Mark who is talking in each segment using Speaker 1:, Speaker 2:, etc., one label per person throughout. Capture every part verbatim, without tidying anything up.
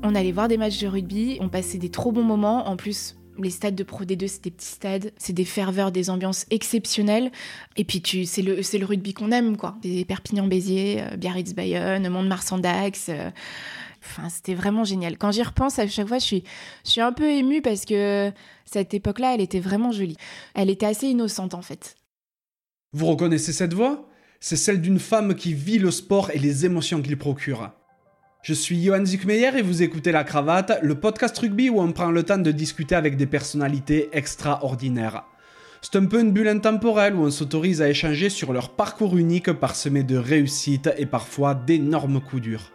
Speaker 1: On allait voir des matchs de rugby, on passait des trop bons moments. En plus, les stades de Pro D deux, c'est des petits stades, c'est des ferveurs, des ambiances exceptionnelles. Et puis, tu, c'est, le, c'est le rugby qu'on aime, quoi. Des Perpignan-Béziers, euh, Biarritz-Bayonne, Mont-de-Marsan-Dax. Euh, enfin, c'était vraiment génial. Quand j'y repense, à chaque fois, je suis, je suis un peu émue parce que cette époque-là, elle était vraiment jolie. Elle était assez innocente, en fait.
Speaker 2: Vous reconnaissez cette voix ? C'est celle d'une femme qui vit le sport et les émotions qu'il procure. Je suis Johan Zuckmeyer et vous écoutez La Cravate, le podcast rugby où on prend le temps de discuter avec des personnalités extraordinaires. C'est un peu une bulle intemporelle où on s'autorise à échanger sur leur parcours unique parsemé de réussites et parfois d'énormes coups durs.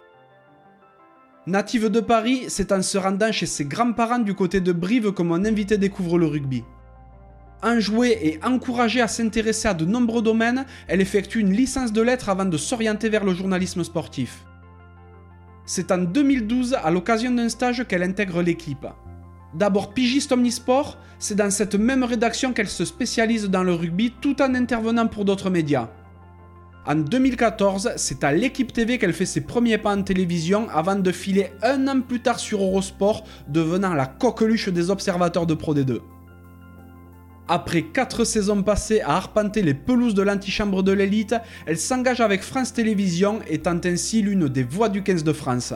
Speaker 2: Native de Paris, c'est en se rendant chez ses grands-parents du côté de Brive que mon invité découvre le rugby. Enjouée et encouragée à s'intéresser à de nombreux domaines, elle effectue une licence de lettres avant de s'orienter vers le journalisme sportif. C'est en deux mille douze, à l'occasion d'un stage, qu'elle intègre l'équipe. D'abord pigiste omnisport, c'est dans cette même rédaction qu'elle se spécialise dans le rugby tout en intervenant pour d'autres médias. En deux mille quatorze, c'est à l'Équipe T V qu'elle fait ses premiers pas en télévision avant de filer un an plus tard sur Eurosport, devenant la coqueluche des observateurs de Pro D deux. Après quatre saisons passées à arpenter les pelouses de l'antichambre de l'élite, elle s'engage avec France Télévisions, étant ainsi l'une des voix du quinze de France.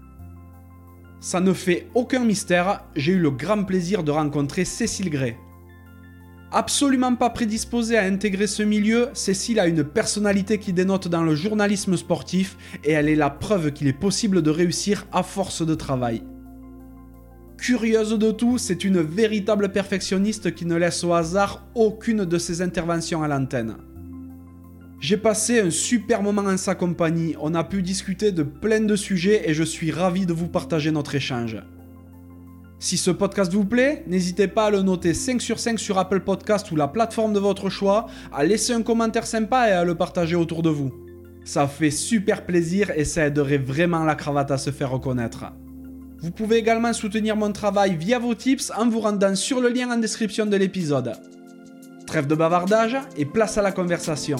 Speaker 2: Ça ne fait aucun mystère, j'ai eu le grand plaisir de rencontrer Cécile Gray. Absolument pas prédisposée à intégrer ce milieu, Cécile a une personnalité qui dénote dans le journalisme sportif et elle est la preuve qu'il est possible de réussir à force de travail. Curieuse de tout, c'est une véritable perfectionniste qui ne laisse au hasard aucune de ses interventions à l'antenne. J'ai passé un super moment en sa compagnie, on a pu discuter de plein de sujets et je suis ravi de vous partager notre échange. Si ce podcast vous plaît, n'hésitez pas à le noter cinq sur cinq sur Apple Podcast ou la plateforme de votre choix, à laisser un commentaire sympa et à le partager autour de vous. Ça fait super plaisir et ça aiderait vraiment La Cravate à se faire reconnaître. Vous pouvez également soutenir mon travail via vos tips en vous rendant sur le lien en description de l'épisode. Trêve de bavardage et place à la conversation.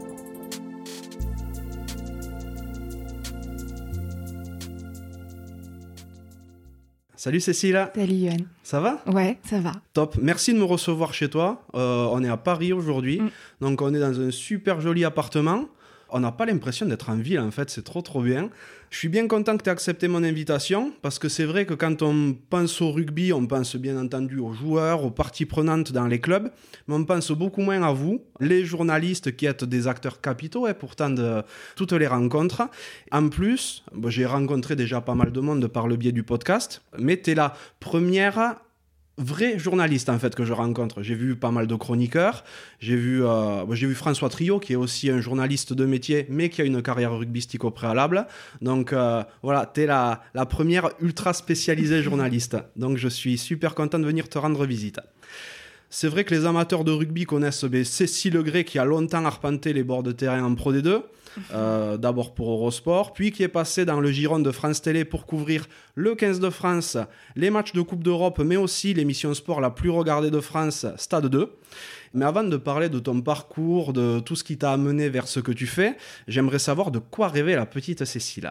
Speaker 2: Salut Cécile.
Speaker 1: Salut Johan.
Speaker 2: Ça va ?
Speaker 1: Ouais, ça va.
Speaker 2: Top. Merci de me recevoir chez toi. Euh, on est à Paris aujourd'hui, mm. donc on est dans un super joli appartement. On n'a pas l'impression d'être en ville en fait, c'est trop trop bien. Je suis bien content que tu aies accepté mon invitation parce que c'est vrai que quand on pense au rugby, on pense bien entendu aux joueurs, aux parties prenantes dans les clubs, mais on pense beaucoup moins à vous, les journalistes qui êtes des acteurs capitaux et pourtant de toutes les rencontres. En plus, bon, j'ai rencontré déjà pas mal de monde par le biais du podcast, mais tu es la première vrai journaliste en fait que je rencontre. J'ai vu pas mal de chroniqueurs, j'ai vu, euh, j'ai vu François Trio qui est aussi un journaliste de métier mais qui a une carrière rugbystique au préalable. Donc euh, voilà, t'es la, la première ultra spécialisée journaliste. Donc je suis super content de venir te rendre visite. C'est vrai que les amateurs de rugby connaissent ben, Cécile Gray qui a longtemps arpenté les bords de terrain en Pro D deux. Euh, d'abord pour Eurosport, puis qui est passé dans le giron de France Télé pour couvrir le quinze de France, les matchs de Coupe d'Europe, mais aussi l'émission sport la plus regardée de France, Stade deux. Mais avant de parler de ton parcours, de tout ce qui t'a amené vers ce que tu fais, j'aimerais savoir de quoi rêvait la petite Cécile.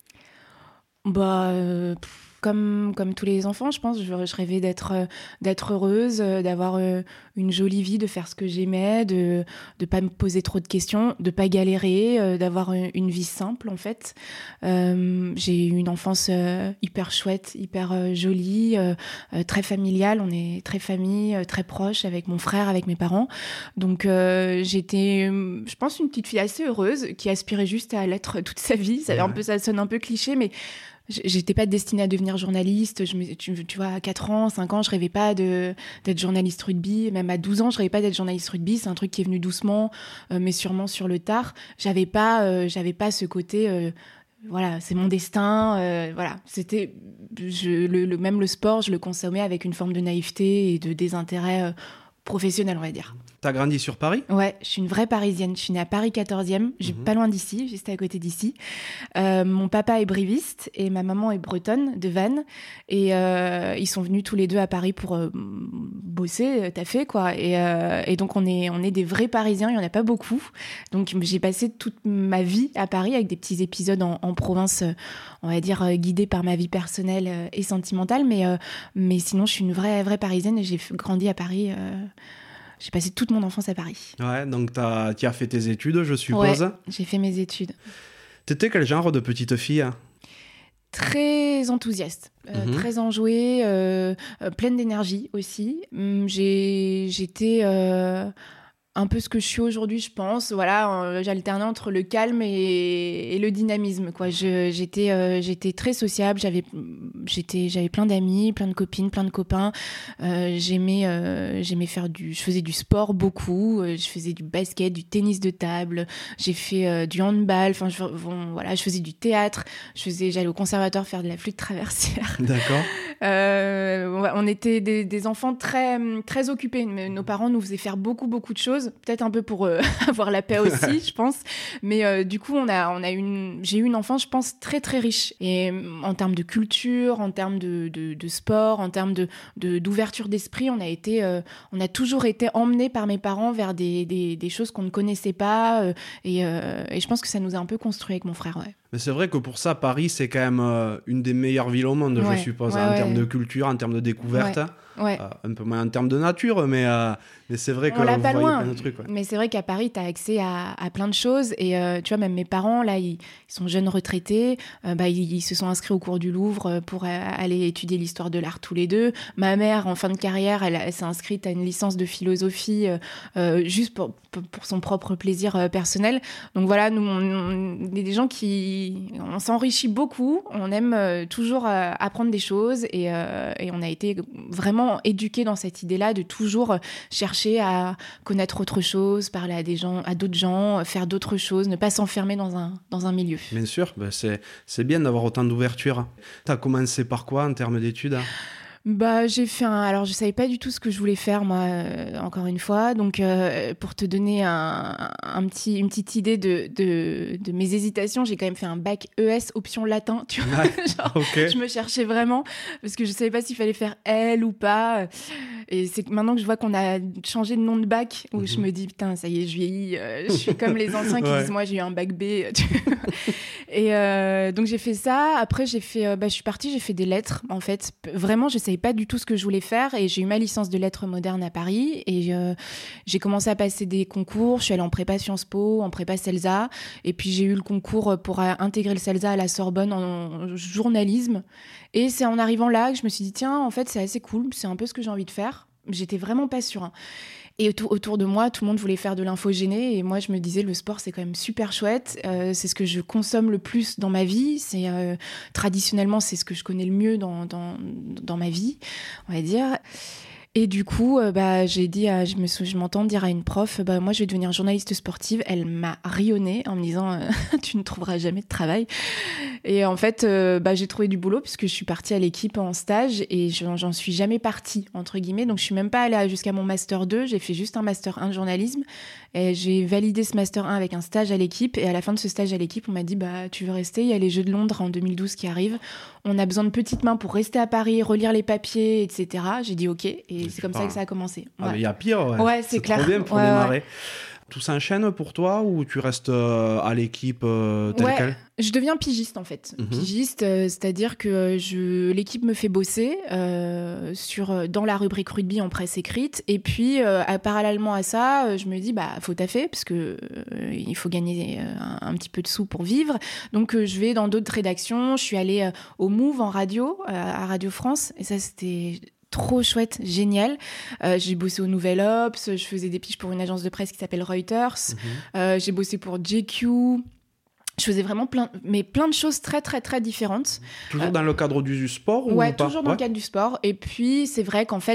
Speaker 1: Bah... Euh... Comme, comme tous les enfants, je pense, je, je rêvais d'être, d'être heureuse, d'avoir une jolie vie, de faire ce que j'aimais, de ne pas me poser trop de questions, de ne pas galérer, d'avoir une vie simple en fait. Euh, j'ai eu une enfance hyper chouette, hyper jolie, très familiale. On est très famille, très proche avec mon frère, avec mes parents. Donc euh, j'étais, je pense, une petite fille assez heureuse qui aspirait juste à l'être toute sa vie. Ça, un peu, ça sonne un peu cliché, mais... J'étais pas destinée à devenir journaliste. Je me, tu, tu vois, à quatre ans, cinq ans, je rêvais pas de, d'être journaliste rugby. Même à douze ans, je rêvais pas d'être journaliste rugby. C'est un truc qui est venu doucement, euh, mais sûrement sur le tard. J'avais pas, euh, j'avais pas ce côté... Euh, voilà, c'est mon destin. Euh, voilà, c'était... Je, le, le, même le sport, je le consommais avec une forme de naïveté et de désintérêt... Euh, professionnelle, on va dire.
Speaker 2: T'as grandi sur Paris ?
Speaker 1: Ouais, je suis une vraie Parisienne. Je suis née à Paris quatorzième, je suis mmh. pas loin d'ici, juste à côté d'ici. Euh, mon papa est briviste et ma maman est bretonne, de Vannes. Et euh, ils sont venus tous les deux à Paris pour euh, bosser, taffer, quoi. Et, euh, et donc, on est, on est des vrais Parisiens, il y en a pas beaucoup. Donc, j'ai passé toute ma vie à Paris avec des petits épisodes en, en province, euh, on va dire, euh, guidés par ma vie personnelle euh, et sentimentale. Mais, euh, mais sinon, je suis une vraie, vraie Parisienne et j'ai grandi à Paris. Euh, J'ai passé toute mon enfance à Paris.
Speaker 2: Ouais, donc tu as fait tes études, je suppose.
Speaker 1: Ouais, j'ai fait mes études.
Speaker 2: T'étais quel genre de petite fille ?
Speaker 1: Très enthousiaste, euh, mmh. très enjouée, euh, euh, pleine d'énergie aussi. J'ai, j'étais euh, un peu ce que je suis aujourd'hui, je pense. Voilà, euh, j'alternais entre le calme et, et le dynamisme, quoi. Je, j'étais, euh, j'étais très sociable. J'avais, j'étais, j'avais plein d'amis, plein de copines, plein de copains. Euh, j'aimais, euh, j'aimais faire du, je faisais du sport beaucoup. Euh, je faisais du basket, du tennis de table. J'ai fait euh, du handball. Enfin, je, bon, voilà, je faisais du théâtre. Je faisais, j'allais au conservatoire faire de la flûte traversière.
Speaker 2: D'accord.
Speaker 1: Euh, on était des, des enfants très, très occupés. Nos parents nous faisaient faire beaucoup, beaucoup de choses. Peut-être un peu pour euh, avoir la paix aussi, je pense. Mais euh, du coup, on a, on a une, j'ai eu une enfance, je pense, très, très riche. Et en termes de culture, en termes de, de, de sport, en termes de, de, d'ouverture d'esprit, on a, été, euh, on a toujours été emmenés par mes parents vers des, des, des choses qu'on ne connaissait pas. Euh, et, euh, et je pense que ça nous a un peu construit avec mon frère, ouais.
Speaker 2: Mais c'est vrai que pour ça, Paris, c'est quand même euh, une des meilleures villes au monde, ouais, je suppose, ouais, en ouais. termes de culture, en termes de découverte.
Speaker 1: Ouais. Ouais.
Speaker 2: Euh, un peu moins en termes de nature, mais, euh, mais c'est vrai que
Speaker 1: on l'a
Speaker 2: vous
Speaker 1: pas
Speaker 2: voyez
Speaker 1: loin.
Speaker 2: plein de trucs. Ouais.
Speaker 1: Mais c'est vrai qu'à Paris, tu as accès à, à plein de choses. Et euh, tu vois, même mes parents, là, ils, ils sont jeunes retraités. Euh, bah, ils, ils se sont inscrits au cours du Louvre pour euh, aller étudier l'histoire de l'art tous les deux. Ma mère, en fin de carrière, elle, elle s'est inscrite à une licence de philosophie euh, juste pour, pour, pour son propre plaisir euh, personnel. Donc voilà, nous, on, on est des gens qui... On s'enrichit beaucoup. On aime euh, toujours euh, apprendre des choses. Et, euh, et on a été vraiment éduqués dans cette cette idée-là de toujours chercher à connaître autre chose, parler à des gens, à d'autres gens, faire d'autres choses, ne pas s'enfermer dans un, dans un milieu.
Speaker 2: Bien sûr, bah c'est, c'est bien d'avoir autant d'ouverture. Tu as commencé par quoi en termes d'études ?
Speaker 1: Bah, j'ai fait un... Alors, je savais pas du tout ce que je voulais faire, moi, euh, encore une fois. Donc, euh, pour te donner un, un petit, une petite idée de, de, de mes hésitations, j'ai quand même fait un bac E S option latin, tu vois.
Speaker 2: Ouais,
Speaker 1: Genre,
Speaker 2: okay.
Speaker 1: Je me cherchais vraiment, parce que je savais pas s'il fallait faire L ou pas. Et c'est que maintenant que je vois qu'on a changé de nom de bac, où mm-hmm. je me dis, putain, ça y est, je vieillis. Euh, je suis comme les anciens qui ouais. disent, moi, j'ai eu un bac B. Et euh, donc, j'ai fait ça. Après, j'ai fait... Euh, bah, je suis partie, j'ai fait des lettres, en fait. Vraiment, je savais pas du tout ce que je voulais faire et j'ai eu ma licence de lettres modernes à Paris et euh, j'ai commencé à passer des concours. Je suis allée en prépa Sciences Po, en prépa CELSA et puis j'ai eu le concours pour intégrer le CELSA à la Sorbonne en journalisme et c'est en arrivant là que je me suis dit tiens, en fait c'est assez cool, c'est un peu ce que j'ai envie de faire. J'étais vraiment pas sûre, hein. Et autour de moi, tout le monde voulait faire de l'infogéné. Et moi, je me disais, le sport, c'est quand même super chouette. Euh, c'est ce que je consomme le plus dans ma vie. C'est, euh, traditionnellement, c'est ce que je connais le mieux dans, dans, dans ma vie, on va dire. Et du coup, euh, bah, j'ai dit, à, je, me, je m'entends dire à une prof, bah, moi je vais devenir journaliste sportive. Elle m'a rionné en me disant, euh, tu ne trouveras jamais de travail. Et en fait, euh, bah, j'ai trouvé du boulot puisque je suis partie à l'équipe en stage et j'en, j'en suis jamais partie, entre guillemets. Donc je suis même pas allée jusqu'à mon master deux, j'ai fait juste un master un de journalisme. Et j'ai validé ce master un avec un stage à l'équipe. Et à la fin de ce stage à l'équipe, on m'a dit, bah, tu veux rester ? Il y a les Jeux de Londres en deux mille douze qui arrivent. On a besoin de petites mains pour rester à Paris, relire les papiers, et cetera. J'ai dit OK. Et c'est, c'est comme pas... ça que ça a commencé.
Speaker 2: Ah, ouais. Mais il y a pire, ouais.
Speaker 1: Ouais, c'est, c'est clair.
Speaker 2: Trop bien pour
Speaker 1: ouais,
Speaker 2: démarrer.
Speaker 1: Ouais.
Speaker 2: Tout s'enchaîne pour toi ou tu restes euh, à l'équipe euh, telle
Speaker 1: ouais,
Speaker 2: quelle ?
Speaker 1: Je deviens pigiste en fait. Mm-hmm. Pigiste, euh, c'est-à-dire que je, l'équipe me fait bosser euh, sur, dans la rubrique rugby en presse écrite. Et puis, euh, à, parallèlement à ça, je me dis, bah, faut taffer parce que euh, il faut gagner un, un petit peu de sous pour vivre. Donc, euh, je vais dans d'autres rédactions. Je suis allée euh, au Move en radio, euh, à Radio France. Et ça, c'était... trop chouette, génial. Euh, j'ai bossé au Nouvel Obs, je faisais des piges pour une agence de presse qui s'appelle Reuters. Mmh. Euh, j'ai bossé pour J Q. Je faisais vraiment plein, mais plein de choses très, très, très différentes.
Speaker 2: Toujours euh, dans le cadre du sport ou
Speaker 1: ouais,
Speaker 2: pas ?
Speaker 1: toujours dans ouais. le cadre du sport. Et puis, c'est vrai qu'en fait,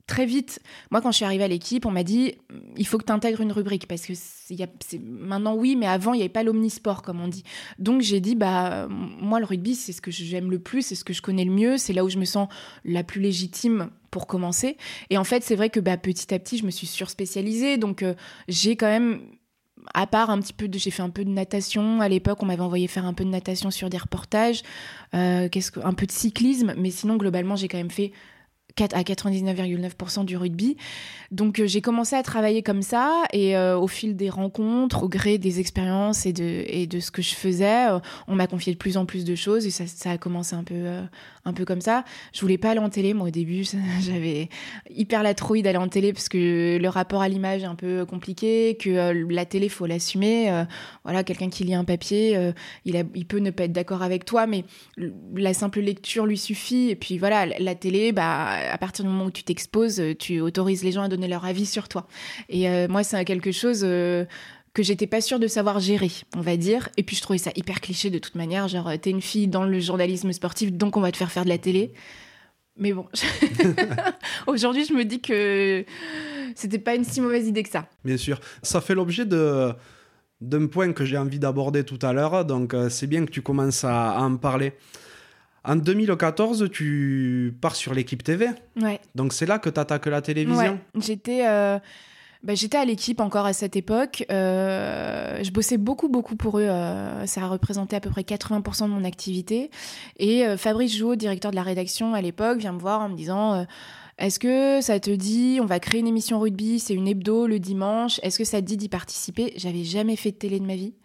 Speaker 1: très vite, moi, quand je suis arrivée à l'équipe, on m'a dit il faut que tu intègres une rubrique parce que c'est, y a, c'est, maintenant, oui, mais avant, il n'y avait pas l'omnisport, comme on dit. Donc, j'ai dit bah, moi, le rugby, c'est ce que j'aime le plus, c'est ce que je connais le mieux, c'est là où je me sens la plus légitime pour commencer. Et en fait, c'est vrai que bah, petit à petit, je me suis surspécialisée. Donc, euh, j'ai quand même. À part un petit peu de, j'ai fait un peu de natation à l'époque, on m'avait envoyé faire un peu de natation sur des reportages, euh, qu'est-ce que, un peu de cyclisme, mais sinon globalement j'ai quand même fait à quatre-vingt-dix-neuf virgule neuf pour cent du rugby. Donc euh, j'ai commencé à travailler comme ça et euh, au fil des rencontres, au gré des expériences et de, et de ce que je faisais, euh, on m'a confié de plus en plus de choses et ça, ça a commencé un peu, euh, un peu comme ça. Je voulais pas aller en télé, moi au début, j'avais hyper la trouille d'aller en télé parce que le rapport à l'image est un peu compliqué, que euh, la télé, faut l'assumer. Euh, voilà, quelqu'un qui lit un papier, euh, il, a, il peut ne pas être d'accord avec toi, mais la simple lecture lui suffit. Et puis voilà, la télé, bah à partir du moment où tu t'exposes, tu autorises les gens à donner leur avis sur toi. Et euh, moi, c'est quelque chose euh, que j'étais pas sûre de savoir gérer, on va dire. Et puis, je trouvais ça hyper cliché de toute manière. Genre, t'es une fille dans le journalisme sportif, donc on va te faire faire de la télé. Mais bon, aujourd'hui, je me dis que c'était pas une si mauvaise idée que ça.
Speaker 2: Bien sûr. Ça fait l'objet de... d'un point que j'ai envie d'aborder tout à l'heure. Donc, euh, c'est bien que tu commences à, à en parler. En deux mille quatorze, tu pars sur l'équipe T V.
Speaker 1: Ouais.
Speaker 2: Donc, c'est là que tu attaques la télévision.
Speaker 1: Ouais. J'étais, euh, bah, j'étais à l'équipe encore à cette époque. Euh, je bossais beaucoup, beaucoup pour eux. Euh, ça a représenté à peu près quatre-vingts pour cent de mon activité. Et euh, Fabrice Jouot, directeur de la rédaction à l'époque, vient me voir en me disant... Euh, Est-ce que ça te dit, on va créer une émission rugby, c'est une hebdo le dimanche, est-ce que ça te dit d'y participer ? J'avais jamais fait de télé de ma vie.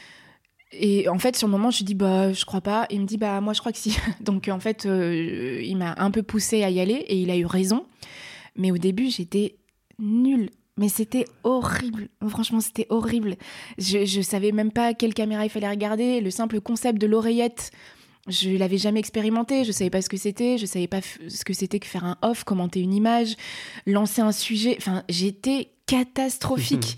Speaker 1: Et en fait, sur le moment, je lui dis, bah, je crois pas. Il me dit, bah, moi, je crois que si. Donc, en fait, euh, il m'a un peu poussée à y aller et il a eu raison. Mais au début, j'étais nulle. Mais c'était horrible. Franchement, c'était horrible. Je, je savais même pas quelle caméra il fallait regarder. Le simple concept de l'oreillette, je l'avais jamais expérimenté. Je savais pas ce que c'était. Je savais pas f- ce que c'était que faire un off, commenter une image, lancer un sujet. Enfin, j'étais catastrophique.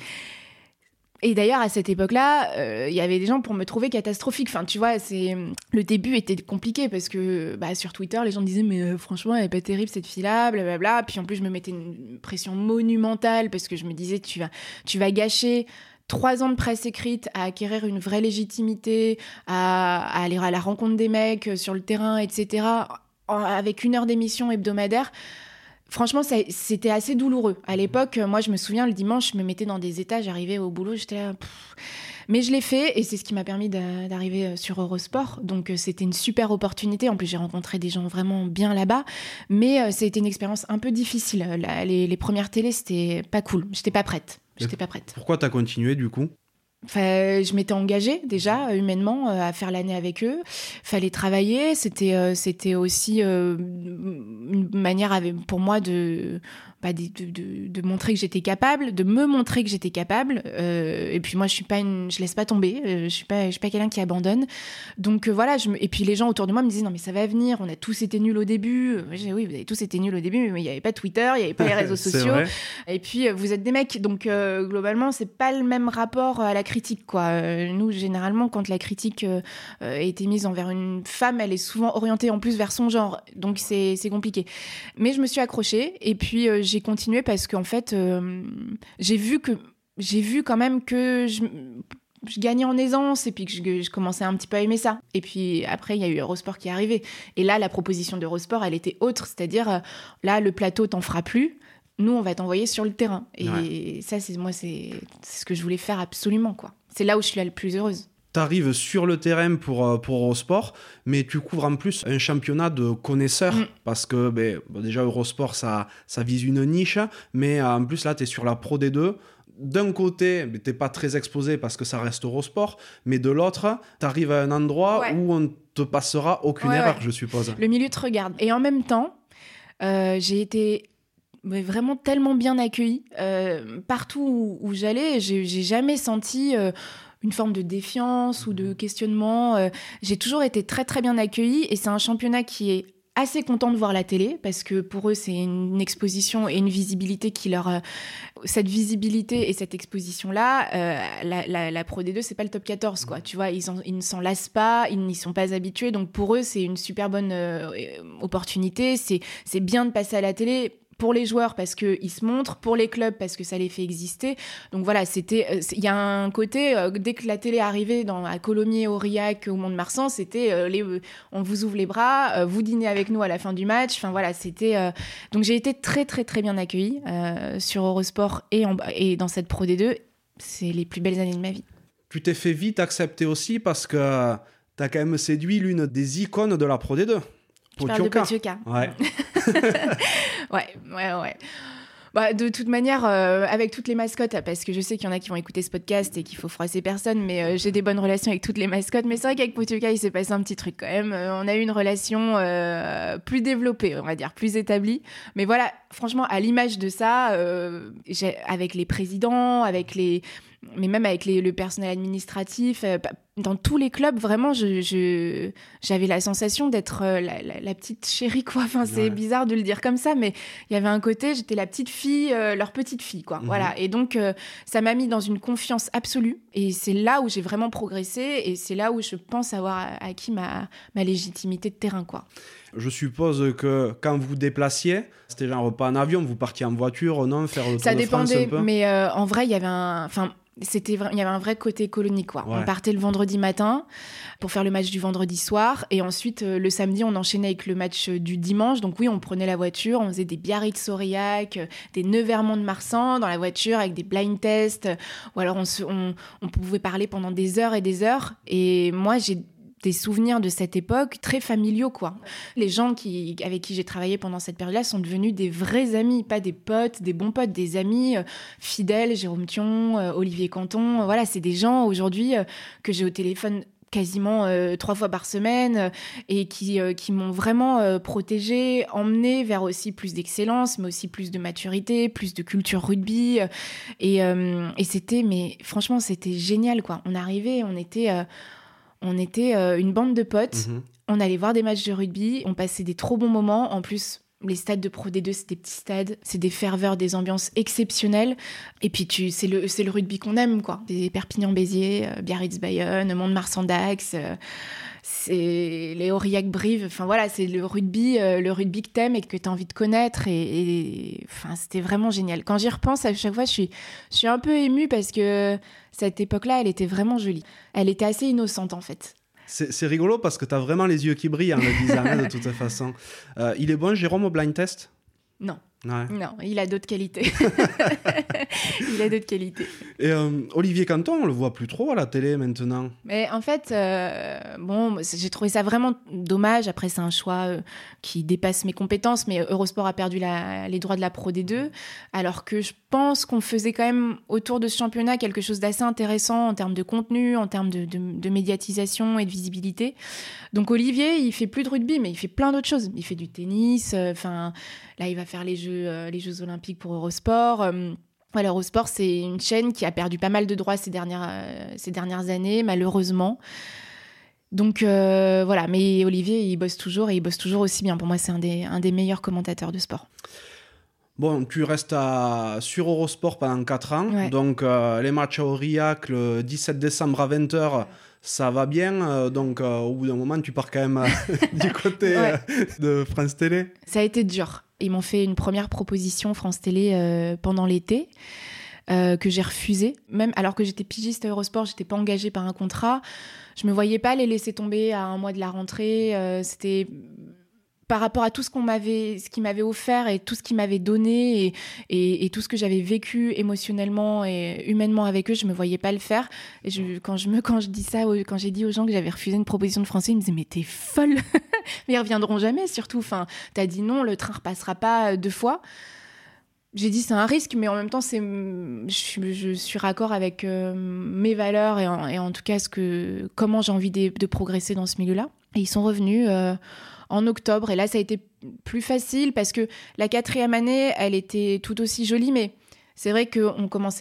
Speaker 1: Et d'ailleurs, à cette époque-là, il euh, y avait des gens pour me trouver catastrophique. Enfin, tu vois, c'est... le début était compliqué parce que bah, sur Twitter, les gens disaient « Mais euh, franchement, elle est pas terrible cette fille-là, blablabla. » Puis en plus, je me mettais une pression monumentale parce que je me disais « Tu vas, tu vas gâcher trois ans de presse écrite à acquérir une vraie légitimité, à, à aller à la rencontre des mecs sur le terrain, et cetera, avec une heure d'émission hebdomadaire. » Franchement, ça, c'était assez douloureux. À l'époque, moi, je me souviens, le dimanche, je me mettais dans des états, j'arrivais au boulot, j'étais là... Pff. Mais je l'ai fait et c'est ce qui m'a permis de, d'arriver sur Eurosport. Donc, c'était une super opportunité. En plus, j'ai rencontré des gens vraiment bien là-bas. Mais euh, ça a été une expérience un peu difficile. La, les, les premières télés, c'était pas cool. J'étais pas prête. J'étais pas prête.
Speaker 2: Pourquoi t'as continué, du coup ?
Speaker 1: Enfin, je m'étais engagée déjà humainement euh, à faire l'année avec eux. Fallait travailler. C'était, euh, c'était aussi euh, une manière avec, pour moi de, bah, de, de, de montrer que j'étais capable, de me montrer que j'étais capable. Euh, et puis moi, je suis pas une, je laisse pas tomber. Euh, je suis pas, je suis pas quelqu'un qui abandonne. Donc euh, voilà. Je me, et puis les gens autour de moi me disaient non mais ça va venir. On a tous été nuls au début. J'ai dit, oui, vous avez tous été nuls au début, mais il y avait pas Twitter, il y avait pas les réseaux sociaux.
Speaker 2: Vrai.
Speaker 1: Et puis euh, vous êtes des mecs. Donc euh, globalement, c'est pas le même rapport à la critique, quoi. Euh, nous, généralement, quand la critique euh, a été mise envers une femme, elle est souvent orientée en plus vers son genre. Donc, c'est, c'est compliqué. Mais je me suis accrochée et puis euh, j'ai continué parce qu'en fait, euh, j'ai vu que j'ai vu quand même que je, je gagnais en aisance et puis que je, je commençais un petit peu à aimer ça. Et puis après, il y a eu Eurosport qui est arrivé. Et là, la proposition d'Eurosport, elle était autre. C'est-à-dire, euh, là, le plateau t'en fera plus. Nous, on va t'envoyer sur le terrain. Et ouais. ça, c'est, moi, c'est, c'est ce que je voulais faire absolument, quoi. C'est là où je suis la plus heureuse.
Speaker 2: Tu arrives sur le terrain pour, pour Eurosport, mais tu couvres en plus un championnat de connaisseurs, mmh. parce que ben, bon, déjà Eurosport, ça, ça vise une niche, mais en plus là, tu es sur la Pro D deux. D'un côté, ben, tu n'es pas très exposé parce que ça reste Eurosport, mais de l'autre, tu arrives à un endroit ouais. où on te passera aucune ouais, erreur, ouais. je suppose.
Speaker 1: Le milieu te regarde. Et en même temps, euh, j'ai été... mais vraiment tellement bien accueillie. Euh, partout où, où j'allais, j'ai, j'ai jamais senti euh, une forme de défiance ou de questionnement. Euh, j'ai toujours été très très bien accueillie et c'est un championnat qui est assez content de voir la télé parce que pour eux c'est une exposition et une visibilité qui leur euh, cette visibilité et cette exposition là euh, la, la, la Pro D deux c'est pas le top quatorze quoi, tu vois, ils, en, ils ne s'en lassent pas, ils n'y sont pas habitués, donc pour eux c'est une super bonne euh, opportunité, c'est, c'est bien de passer à la télé pour les joueurs parce qu'ils se montrent, pour les clubs parce que ça les fait exister. Donc voilà, c'était, il y a un côté, euh, dès que la télé arrivait dans, à Colomiers, Aurillac, au Mont-de-Marsan, c'était euh, les, euh, on vous ouvre les bras, euh, vous dînez avec nous à la fin du match. Enfin voilà, c'était. Euh... Donc j'ai été très très très bien accueillie euh, sur Eurosport et, en, et dans cette Pro D deux. C'est les plus belles années de ma vie.
Speaker 2: Tu t'es fait vite accepter aussi parce que t'as quand même séduit l'une des icônes de la Pro D deux.
Speaker 1: Potioka. Potioka.
Speaker 2: Ouais.
Speaker 1: ouais, ouais, ouais. Bah, de toute manière, euh, avec toutes les mascottes, parce que je sais qu'il y en a qui vont écouter ce podcast et qu'il faut froisser personne, mais euh, j'ai des bonnes relations avec toutes les mascottes. Mais c'est vrai qu'avec Potioka, il s'est passé un petit truc quand même. Euh, on a eu une relation euh, plus développée, on va dire, plus établie. Mais voilà, franchement, à l'image de ça, euh, j'ai, avec les présidents, avec les... mais même avec les, le personnel administratif, euh, dans tous les clubs, vraiment, je, je, j'avais la sensation d'être euh, la, la, la petite chérie, quoi. Enfin, c'est ouais. bizarre de le dire comme ça, mais il y avait un côté, j'étais la petite fille, euh, leur petite fille, quoi. Mm-hmm. Voilà. Et donc, euh, ça m'a mis dans une confiance absolue. Et c'est là où j'ai vraiment progressé. Et c'est là où je pense avoir acquis ma, ma légitimité de terrain, quoi.
Speaker 2: Je suppose que quand vous vous déplaciez, c'était genre pas en avion, vous partiez en voiture, non, faire le tour
Speaker 1: ça
Speaker 2: de France un peu.
Speaker 1: Ça dépendait, mais euh, en vrai, il y avait un... Enfin, c'était vrai, il y avait un vrai côté colonie, quoi. Ouais. On partait le vendredi matin pour faire le match du vendredi soir, et ensuite euh, le samedi on enchaînait avec le match du dimanche. Donc oui, on prenait la voiture, on faisait des Biarritz-Aurillac, des Nevers-Mont-de-Marsan dans la voiture avec des blind tests, ou alors on, se, on, on pouvait parler pendant des heures et des heures. Et moi j'ai des souvenirs de cette époque très familiaux, quoi. Les gens qui, avec qui j'ai travaillé pendant cette période-là sont devenus des vrais amis, pas des potes, des bons potes, des amis euh, fidèles. Jérôme Thion, euh, Olivier Canton, euh, voilà, c'est des gens aujourd'hui euh, que j'ai au téléphone quasiment euh, trois fois par semaine euh, et qui, euh, qui m'ont vraiment euh, protégée, emmenée vers aussi plus d'excellence, mais aussi plus de maturité, plus de culture rugby. Euh, et, euh, et c'était, mais franchement, c'était génial, quoi. On arrivait, on était... Euh, On était euh, une bande de potes, mmh. on allait voir des matchs de rugby, on passait des trop bons moments. En plus, les stades de Pro D deux, c'est des petits stades, c'est des ferveurs, des ambiances exceptionnelles. Et puis, tu, c'est, le, c'est le rugby qu'on aime, quoi. Des Perpignan-Béziers, euh, Biarritz-Bayonne, Mont-de-Marsan-Dax, euh, c'est les Aurillac-Brive. Enfin, voilà, c'est le rugby, euh, le rugby que t'aimes et que t'as envie de connaître. Et, et enfin, c'était vraiment génial. Quand j'y repense, à chaque fois, je suis, je suis un peu émue parce que cette époque-là, elle était vraiment jolie. Elle était assez innocente, en fait.
Speaker 2: C'est, c'est rigolo parce que t'as vraiment les yeux qui brillent en le disant, hein, de toute façon. Euh, il est bon, Jérôme, au blind test ?
Speaker 1: Non.
Speaker 2: Ouais.
Speaker 1: Non, il a d'autres qualités. il a d'autres qualités.
Speaker 2: Et euh, Olivier Canton, on le voit plus trop à la télé maintenant.
Speaker 1: Mais en fait, euh, bon, j'ai trouvé ça vraiment dommage. Après, c'est un choix euh, qui dépasse mes compétences, mais Eurosport a perdu la, les droits de la Pro D deux, alors que je pense qu'on faisait quand même autour de ce championnat quelque chose d'assez intéressant en termes de contenu, en termes de, de, de médiatisation et de visibilité. Donc Olivier, il fait plus de rugby, mais il fait plein d'autres choses. Il fait du tennis, enfin, euh, là, il va faire les Jeux Euh, les Jeux Olympiques pour Eurosport. Euh, voilà, Eurosport, c'est une chaîne qui a perdu pas mal de droits ces dernières, euh, ces dernières années, malheureusement. Donc euh, voilà, mais Olivier, il bosse toujours et il bosse toujours aussi bien. Pour moi, c'est un des, un des meilleurs commentateurs de sport.
Speaker 2: Bon, tu restes à, sur Eurosport pendant quatre ans.
Speaker 1: Ouais. Donc,
Speaker 2: euh, les matchs à Aurillac, le dix-sept décembre à vingt heures, ouais. Ça va bien. Euh, donc, euh, au bout d'un moment, tu pars quand même euh, du côté ouais. euh, de France Télé.
Speaker 1: Ça a été dur. Ils m'ont fait une première proposition France Télé euh, pendant l'été. Euh, que j'ai refusé, même alors que j'étais pigiste à Eurosport, j'étais pas engagée par un contrat, je me voyais pas les laisser tomber à un mois de la rentrée. Euh, c'était par rapport à tout ce qu'on m'avait, ce qu'ils m'avaient offert et tout ce qu'ils m'avaient donné et, et, et tout ce que j'avais vécu émotionnellement et humainement avec eux, je me voyais pas le faire. Et je, quand je me, quand je dis ça, quand j'ai dit aux gens que j'avais refusé une proposition de français, ils me disaient mais t'es folle, mais ils reviendront jamais surtout. Enfin, t'as dit non, le train repassera pas deux fois. J'ai dit c'est un risque, mais en même temps, c'est, je, suis, je suis raccord avec euh, mes valeurs et en, et en tout cas ce que, comment j'ai envie de, de progresser dans ce milieu-là. Et ils sont revenus euh, en octobre. Et là, ça a été plus facile parce que la quatrième année, elle était tout aussi jolie, mais c'est vrai qu'on commençait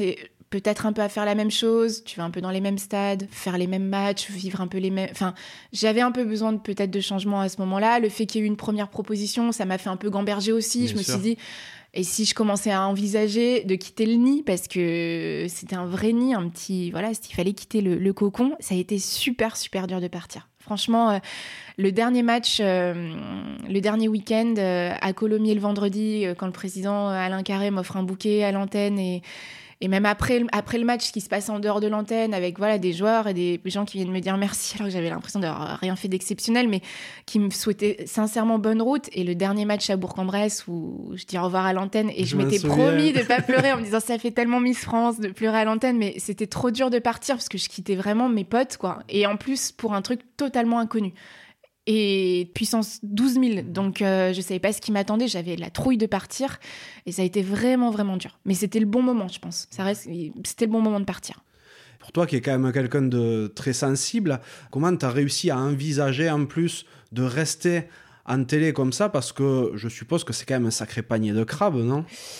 Speaker 1: peut-être un peu à faire la même chose, tu vas un peu dans les mêmes stades, faire les mêmes matchs, vivre un peu les mêmes... Enfin, j'avais un peu besoin de, peut-être de changement à ce moment-là. Le fait qu'il y ait eu une première proposition, ça m'a fait un peu gamberger aussi. Bien je me sûr. suis dit, et si je commençais à envisager de quitter le nid, parce que c'était un vrai nid, un petit... Voilà, il fallait quitter le, le cocon. Ça a été super, super dur de partir. Franchement, euh, le dernier match, euh, le dernier week-end euh, à Colomiers le vendredi, euh, quand le président Alain Carré m'offre un bouquet à l'antenne et... Et même après, après le match, ce qui se passe en dehors de l'antenne, avec voilà, des joueurs et des gens qui viennent me dire merci, alors que j'avais l'impression d'avoir rien fait d'exceptionnel, mais qui me souhaitaient sincèrement bonne route. Et le dernier match à Bourg-en-Bresse, où je dis au revoir à l'antenne, et je, je m'étais promis de ne pas pleurer en me disant ça fait tellement Miss France de pleurer à l'antenne, mais c'était trop dur de partir parce que je quittais vraiment mes potes, quoi. Et en plus, pour un truc totalement inconnu. Et puissance douze mille, donc euh, je savais pas ce qui m'attendait, j'avais la trouille de partir et ça a été vraiment vraiment dur, mais c'était le bon moment, je pense. Ça reste, c'était le bon moment de partir.
Speaker 2: Pour toi qui es quand même quelqu'un de très sensible, comment tu as réussi à envisager en plus de rester en télé comme ça, parce que je suppose que c'est quand même un sacré panier de crabes, non ?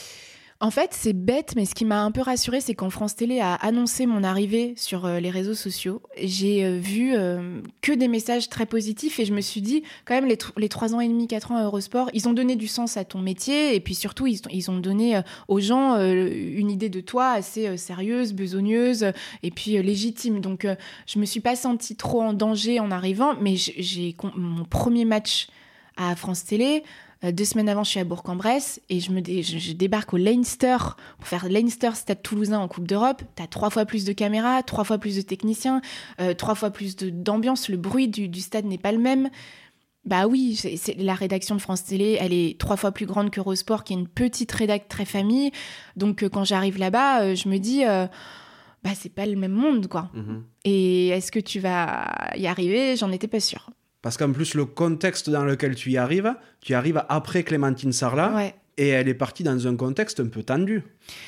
Speaker 1: En fait, c'est bête, mais ce qui m'a un peu rassurée, c'est quand France Télé a annoncé mon arrivée sur euh, les réseaux sociaux, j'ai euh, vu euh, que des messages très positifs et je me suis dit, quand même, les, t- les trois ans et demi, quatre ans à Eurosport, ils ont donné du sens à ton métier et puis surtout, ils, ils ont donné euh, aux gens euh, une idée de toi assez euh, sérieuse, besogneuse euh, et puis euh, légitime. Donc, euh, je me suis pas sentie trop en danger en arrivant, mais j'ai, j'ai mon premier match à France Télé... Euh, deux semaines avant, je suis à Bourg-en-Bresse et je, me dé- je, je débarque au Leinster pour faire Leinster Stade Toulousain en Coupe d'Europe. T'as trois fois plus de caméras, trois fois plus de techniciens, euh, trois fois plus de, d'ambiance. Le bruit du, du stade n'est pas le même. Bah oui, c'est, c'est, la rédaction de France Télé, elle est trois fois plus grande qu'Eurosport, qui est une petite rédac très famille. Donc euh, quand j'arrive là-bas, euh, je me dis... Euh, bah c'est pas le même monde, quoi. Mmh. Et est-ce que tu vas y arriver ? J'en étais pas sûre.
Speaker 2: Parce qu'en plus, le contexte dans lequel tu y arrives, tu y arrives après Clémentine Sarlat,
Speaker 1: ouais.
Speaker 2: Et elle est partie dans un contexte un peu tendu.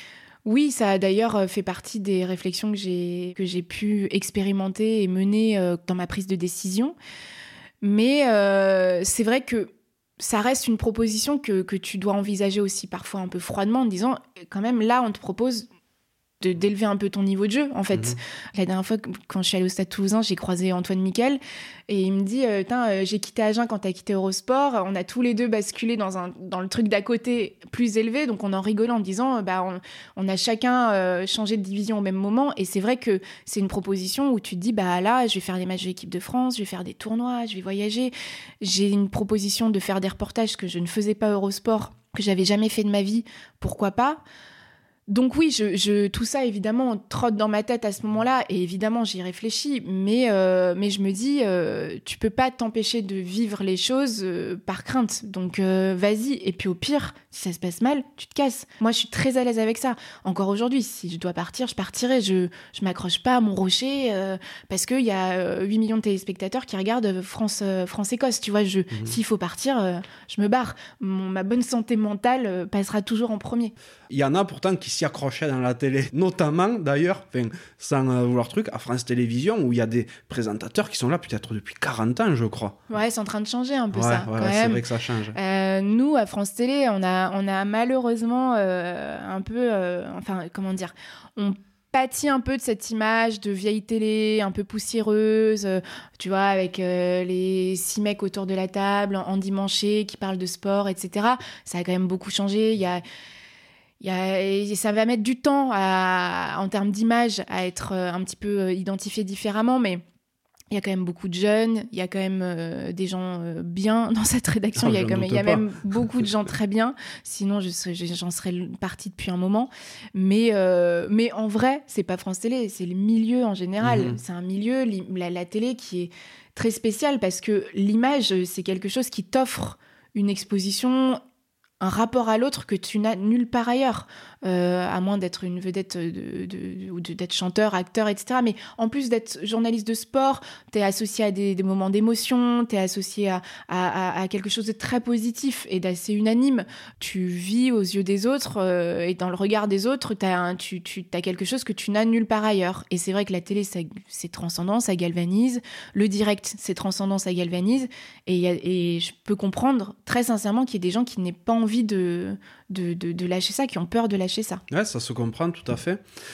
Speaker 1: Oui, ça a d'ailleurs fait partie des réflexions que j'ai, que j'ai pu expérimenter et mener euh, dans ma prise de décision. Mais euh, c'est vrai que ça reste une proposition que, que tu dois envisager aussi parfois un peu froidement en te disant, quand même, là, on te propose... De, d'élever un peu ton niveau de jeu, en fait. Mmh. La dernière fois, quand je suis allée au Stade Toulousain, j'ai croisé Antoine Miquel et il me dit euh, « euh, j'ai quitté Agen quand t'as quitté Eurosport. On a tous les deux basculé dans, un, dans le truc d'à côté plus élevé. » Donc, on en rigolait en me disant bah, on, on a chacun euh, changé de division au même moment. Et c'est vrai que c'est une proposition où tu te dis bah, « là, je vais faire des matchs de l'équipe de France, je vais faire des tournois, je vais voyager. » J'ai une proposition de faire des reportages que je ne faisais pas à Eurosport, que j'avais jamais fait de ma vie. Pourquoi pas ? Donc oui, je, je, tout ça, évidemment, trotte dans ma tête à ce moment-là, et évidemment, j'y réfléchis, mais, euh, mais je me dis, euh, tu peux pas t'empêcher de vivre les choses euh, par crainte, donc euh, vas-y, et puis au pire, si ça se passe mal, tu te casses. Moi, je suis très à l'aise avec ça. Encore aujourd'hui, si je dois partir, je partirai, je, je m'accroche pas à mon rocher, euh, parce qu'il y a euh, huit millions de téléspectateurs qui regardent France, euh, France-Écosse, tu vois, je, mmh. S'il faut partir, euh, je me barre. Mon, ma bonne santé mentale euh, passera toujours en premier.
Speaker 2: Il y en a pourtant qui s'y accrochaient dans la télé, notamment d'ailleurs, sans euh, vouloir truc, à France Télévisions, où il y a des présentateurs qui sont là peut-être depuis quarante ans, je crois.
Speaker 1: Ouais, c'est en train de changer un peu
Speaker 2: ouais,
Speaker 1: ça.
Speaker 2: Ouais,
Speaker 1: quand
Speaker 2: c'est
Speaker 1: même.
Speaker 2: vrai que ça change.
Speaker 1: Euh, nous, à France Télé, on a, on a malheureusement euh, un peu, euh, enfin, comment dire, on pâtit un peu de cette image de vieille télé, un peu poussiéreuse, euh, tu vois, avec euh, les six mecs autour de la table, endimanchés, qui parlent de sport, et cetera. Ça a quand même beaucoup changé. Il y a... Il y a, ça va mettre du temps à, en termes d'image à être un petit peu identifié différemment, mais il y a quand même beaucoup de jeunes, il y a quand même euh, des gens euh, bien dans cette rédaction, non, il y a, quand même, il y a même beaucoup de gens très bien, sinon je serais, j'en serais partie depuis un moment. Mais, euh, mais en vrai, c'est pas France Télé, c'est le milieu en général. Mmh. C'est un milieu, la, la télé, qui est très spécial parce que l'image, c'est quelque chose qui t'offre une exposition, un rapport à l'autre que tu n'as nulle part ailleurs, euh, à moins d'être une vedette de, de, ou de, d'être chanteur, acteur, et cetera. Mais en plus d'être journaliste de sport, t'es associé à des, des moments d'émotion, t'es associé à, à, à quelque chose de très positif et d'assez unanime. Tu vis aux yeux des autres euh, et dans le regard des autres, t'as un, tu, tu as quelque chose que tu n'as nulle part ailleurs. Et c'est vrai que la télé, ça, c'est transcendant, ça galvanise. Le direct, c'est transcendant, ça galvanise. Et, y a, et je peux comprendre très sincèrement qu'il y ait des gens qui n'aient pas envie de, de, de, de lâcher ça, qui ont peur de lâcher ça.
Speaker 2: Ouais, ça se comprend tout à fait.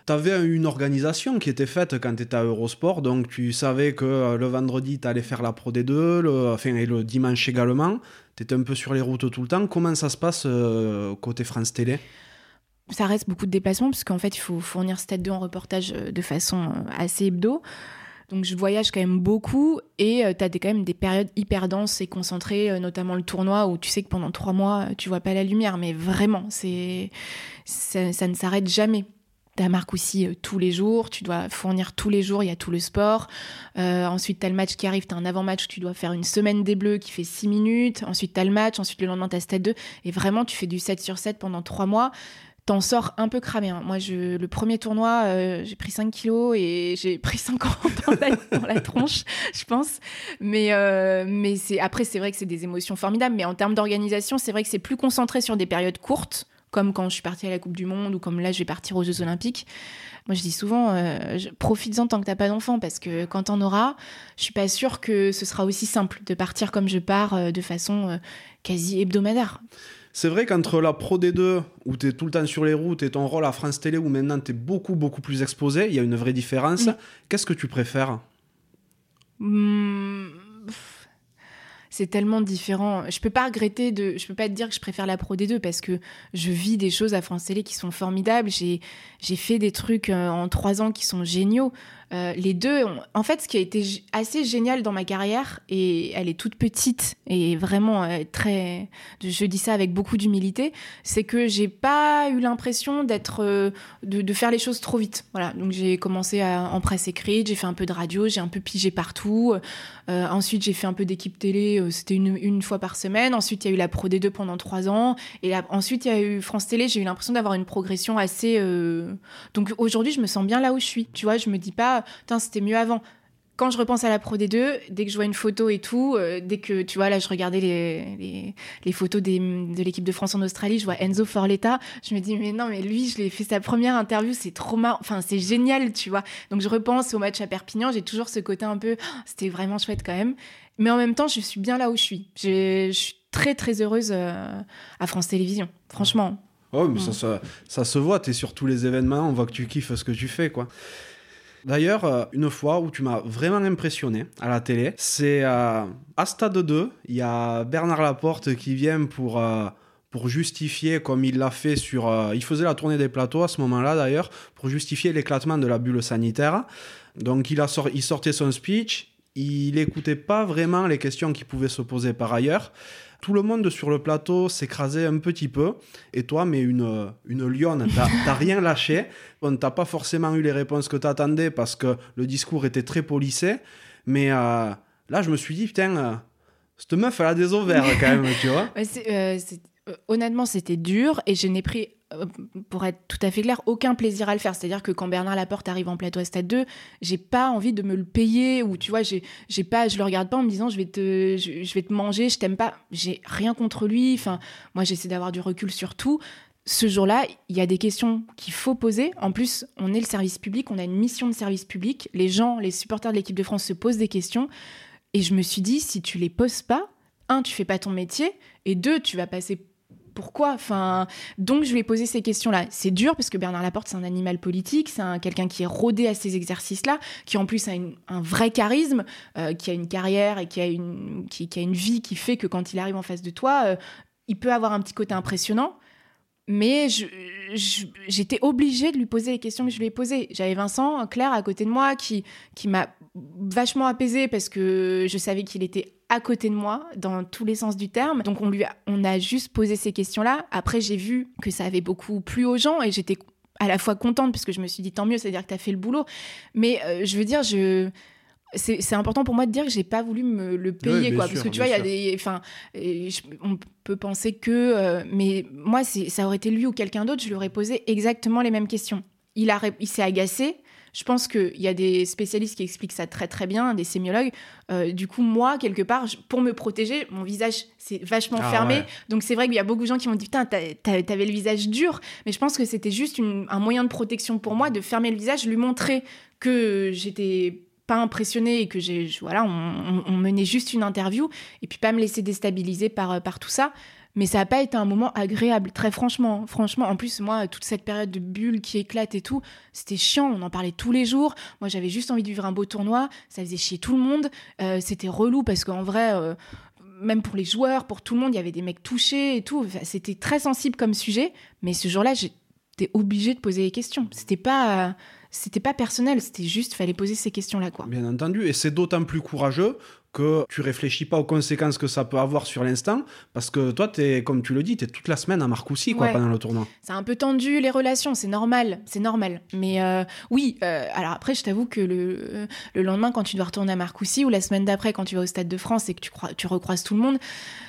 Speaker 2: T'avais une organisation qui était faite quand t'étais à Eurosport, donc tu savais que le vendredi t'allais faire la Pro D deux, le, enfin, et le dimanche également. T'étais un peu sur les routes tout le temps. Comment ça se passe euh, côté France Télé ?
Speaker 1: Ça reste beaucoup de déplacements, parce qu'en fait, il faut fournir Stade deux en reportage de façon assez hebdo. Donc, je voyage quand même beaucoup et euh, tu as quand même des périodes hyper denses et concentrées, euh, notamment le tournoi, où tu sais que pendant trois mois, tu vois pas la lumière. Mais vraiment, c'est... Ça, ça ne s'arrête jamais. Tu as Marc aussi euh, tous les jours, tu dois fournir tous les jours, il y a tout le sport. Euh, ensuite, tu as le match qui arrive, tu as un avant-match où tu dois faire une semaine des Bleus qui fait six minutes. Ensuite, tu as le match, ensuite le lendemain, tu as Stade deux. Et vraiment, tu fais du sept sur sept pendant trois mois. T'en sors un peu cramé. Hein. Moi, je, le premier tournoi, euh, j'ai pris cinq kilos et j'ai pris cinquante dans la, dans la tronche, je pense. Mais, euh, mais c'est, après, c'est vrai que c'est des émotions formidables. Mais en termes d'organisation, c'est vrai que c'est plus concentré sur des périodes courtes, comme quand je suis partie à la Coupe du Monde ou comme là, je vais partir aux Jeux Olympiques. Moi, je dis souvent, euh, je, profites-en tant que t'as pas d'enfant, parce que quand t'en auras, je suis pas sûre que ce sera aussi simple de partir comme je pars, euh, de façon euh, quasi hebdomadaire.
Speaker 2: C'est vrai qu'entre la Pro D deux, où tu es tout le temps sur les routes, et ton rôle à France Télé, où maintenant tu es beaucoup, beaucoup plus exposé, il y a une vraie différence. Mmh. Qu'est-ce que tu préfères ?
Speaker 1: mmh, C'est tellement différent. Je peux pas regretter de... Je peux pas te dire que je préfère la Pro D deux, parce que je vis des choses à France Télé qui sont formidables. J'ai, j'ai fait des trucs euh, en trois ans qui sont géniaux. Euh, les deux, ont... en fait, ce qui a été g- assez génial dans ma carrière, et elle est toute petite et vraiment euh, très, je dis ça avec beaucoup d'humilité, c'est que j'ai pas eu l'impression d'être, euh, de, de faire les choses trop vite. Voilà. Donc j'ai commencé à, en presse écrite, j'ai fait un peu de radio, j'ai un peu pigé partout. Euh, ensuite, j'ai fait un peu d'équipe télé. Euh, c'était une, une fois par semaine. Ensuite, il y a eu la Pro D deux pendant trois ans, et là, ensuite il y a eu France Télé. J'ai eu l'impression d'avoir une progression assez. Euh... Donc aujourd'hui, je me sens bien là où je suis. Tu vois, je me dis pas putain, c'était mieux avant. Quand je repense à la Pro D deux, dès que je vois une photo et tout, euh, dès que, tu vois, là, je regardais les, les, les photos des, de l'équipe de France en Australie, je vois Enzo Forletta, je me dis, mais non, mais lui, je l'ai fait sa première interview, c'est trop marrant, enfin, c'est génial, tu vois. Donc, je repense au match à Perpignan, j'ai toujours ce côté un peu, oh, c'était vraiment chouette quand même. Mais en même temps, je suis bien là où je suis. J'ai, je suis très, très heureuse euh, à France Télévisions, franchement.
Speaker 2: Oh, mais ouais. ça, ça, ça se voit, t'es sur tous les événements, on voit que tu kiffes ce que tu fais, quoi. D'ailleurs, une fois où tu m'as vraiment impressionné à la télé, c'est euh, à Stade deux, il y a Bernard Laporte qui vient pour, euh, pour justifier, comme il l'a fait sur... Euh, il faisait la tournée des plateaux à ce moment-là d'ailleurs, pour justifier l'éclatement de la bulle sanitaire. Donc il, a sor- il sortait son speech, il n'écoutait pas vraiment les questions qui pouvaient se poser par ailleurs. Tout le monde sur le plateau s'écrasait un petit peu. Et toi, mais une, une lionne, t'as, t'as rien lâché. On t'a pas forcément eu les réponses que t'attendais parce que le discours était très polissé. Mais euh, là, je me suis dit, putain, euh, cette meuf, elle a des ovaires quand même, tu vois.
Speaker 1: Ouais, c'est, euh, c'est, euh, honnêtement, c'était dur et je n'ai pris, euh, pour être tout à fait clair, aucun plaisir à le faire. C'est-à-dire que quand Bernard Laporte arrive en plateau à Stade deux, j'ai pas envie de me le payer ou tu vois, j'ai, j'ai pas, je le regarde pas en me disant je vais te, je, je vais te manger, je t'aime pas. J'ai rien contre lui. Enfin, moi, j'essaie d'avoir du recul sur tout. Ce jour-là, il y a des questions qu'il faut poser. En plus, on est le service public, on a une mission de service public. Les gens, les supporters de l'équipe de France se posent des questions. Et je me suis dit, si tu les poses pas, un, tu fais pas ton métier, et deux, tu vas passer... Pourquoi ? Enfin, donc, je lui ai posé ces questions-là. C'est dur parce que Bernard Laporte, c'est un animal politique, c'est un, quelqu'un qui est rodé à ces exercices-là, qui en plus a une, un vrai charisme, euh, qui a une carrière et qui a une, qui, qui a une vie qui fait que quand il arrive en face de toi, euh, il peut avoir un petit côté impressionnant. Mais je, je, j'étais obligée de lui poser les questions que je lui ai posées. J'avais Vincent, Claire, à côté de moi, qui, qui m'a vachement apaisée parce que je savais qu'il était à côté de moi, dans tous les sens du terme. Donc, on, lui a, on a juste posé ces questions-là. Après, j'ai vu que ça avait beaucoup plu aux gens et j'étais à la fois contente parce que je me suis dit, tant mieux, c'est-à-dire que tu as fait le boulot. Mais euh, je veux dire, je... C'est, c'est important pour moi de dire que j'ai pas voulu me le payer, oui, quoi, sûr, parce que tu vois, il y a des, enfin, on peut penser que, euh, mais moi, c'est, ça aurait été lui ou quelqu'un d'autre, je lui aurais posé exactement les mêmes questions. Il a, il s'est agacé. Je pense qu'il y a des spécialistes qui expliquent ça très très bien, des sémiologues. Euh, du coup, moi, quelque part, je, pour me protéger, mon visage c'est vachement ah, fermé. Ouais. Donc c'est vrai qu'il y a beaucoup de gens qui m'ont dit putain, t'avais le visage dur. Mais je pense que c'était juste une, un moyen de protection pour moi de fermer le visage, lui montrer que j'étais pas impressionnée et que j'ai, voilà, on, on, on menait juste une interview et puis pas me laisser déstabiliser par, par tout ça. Mais ça n'a pas été un moment agréable, très franchement. Franchement, en plus, moi, toute cette période de bulle qui éclate et tout, c'était chiant. On en parlait tous les jours. Moi, j'avais juste envie de vivre un beau tournoi. Ça faisait chier tout le monde. Euh, c'était relou parce qu'en vrai, euh, même pour les joueurs, pour tout le monde, il y avait des mecs touchés et tout. Enfin, c'était très sensible comme sujet. Mais ce jour-là, j'étais obligée de poser des questions. C'était pas... Euh, C'était pas personnel, c'était juste, fallait poser ces questions-là, quoi.
Speaker 2: Bien entendu, et c'est d'autant plus courageux que tu réfléchis pas aux conséquences que ça peut avoir sur l'instant, parce que toi, t'es, comme tu le dis, t'es toute la semaine à Marcoussis, quoi,
Speaker 1: ouais.
Speaker 2: pendant le tournoi.
Speaker 1: C'est un peu tendu, les relations, c'est normal, c'est normal. Mais euh, oui, euh, alors après, je t'avoue que le, le lendemain, quand tu dois retourner à Marcoussis, ou la semaine d'après, quand tu vas au Stade de France et que tu, crois, tu recroises tout le monde...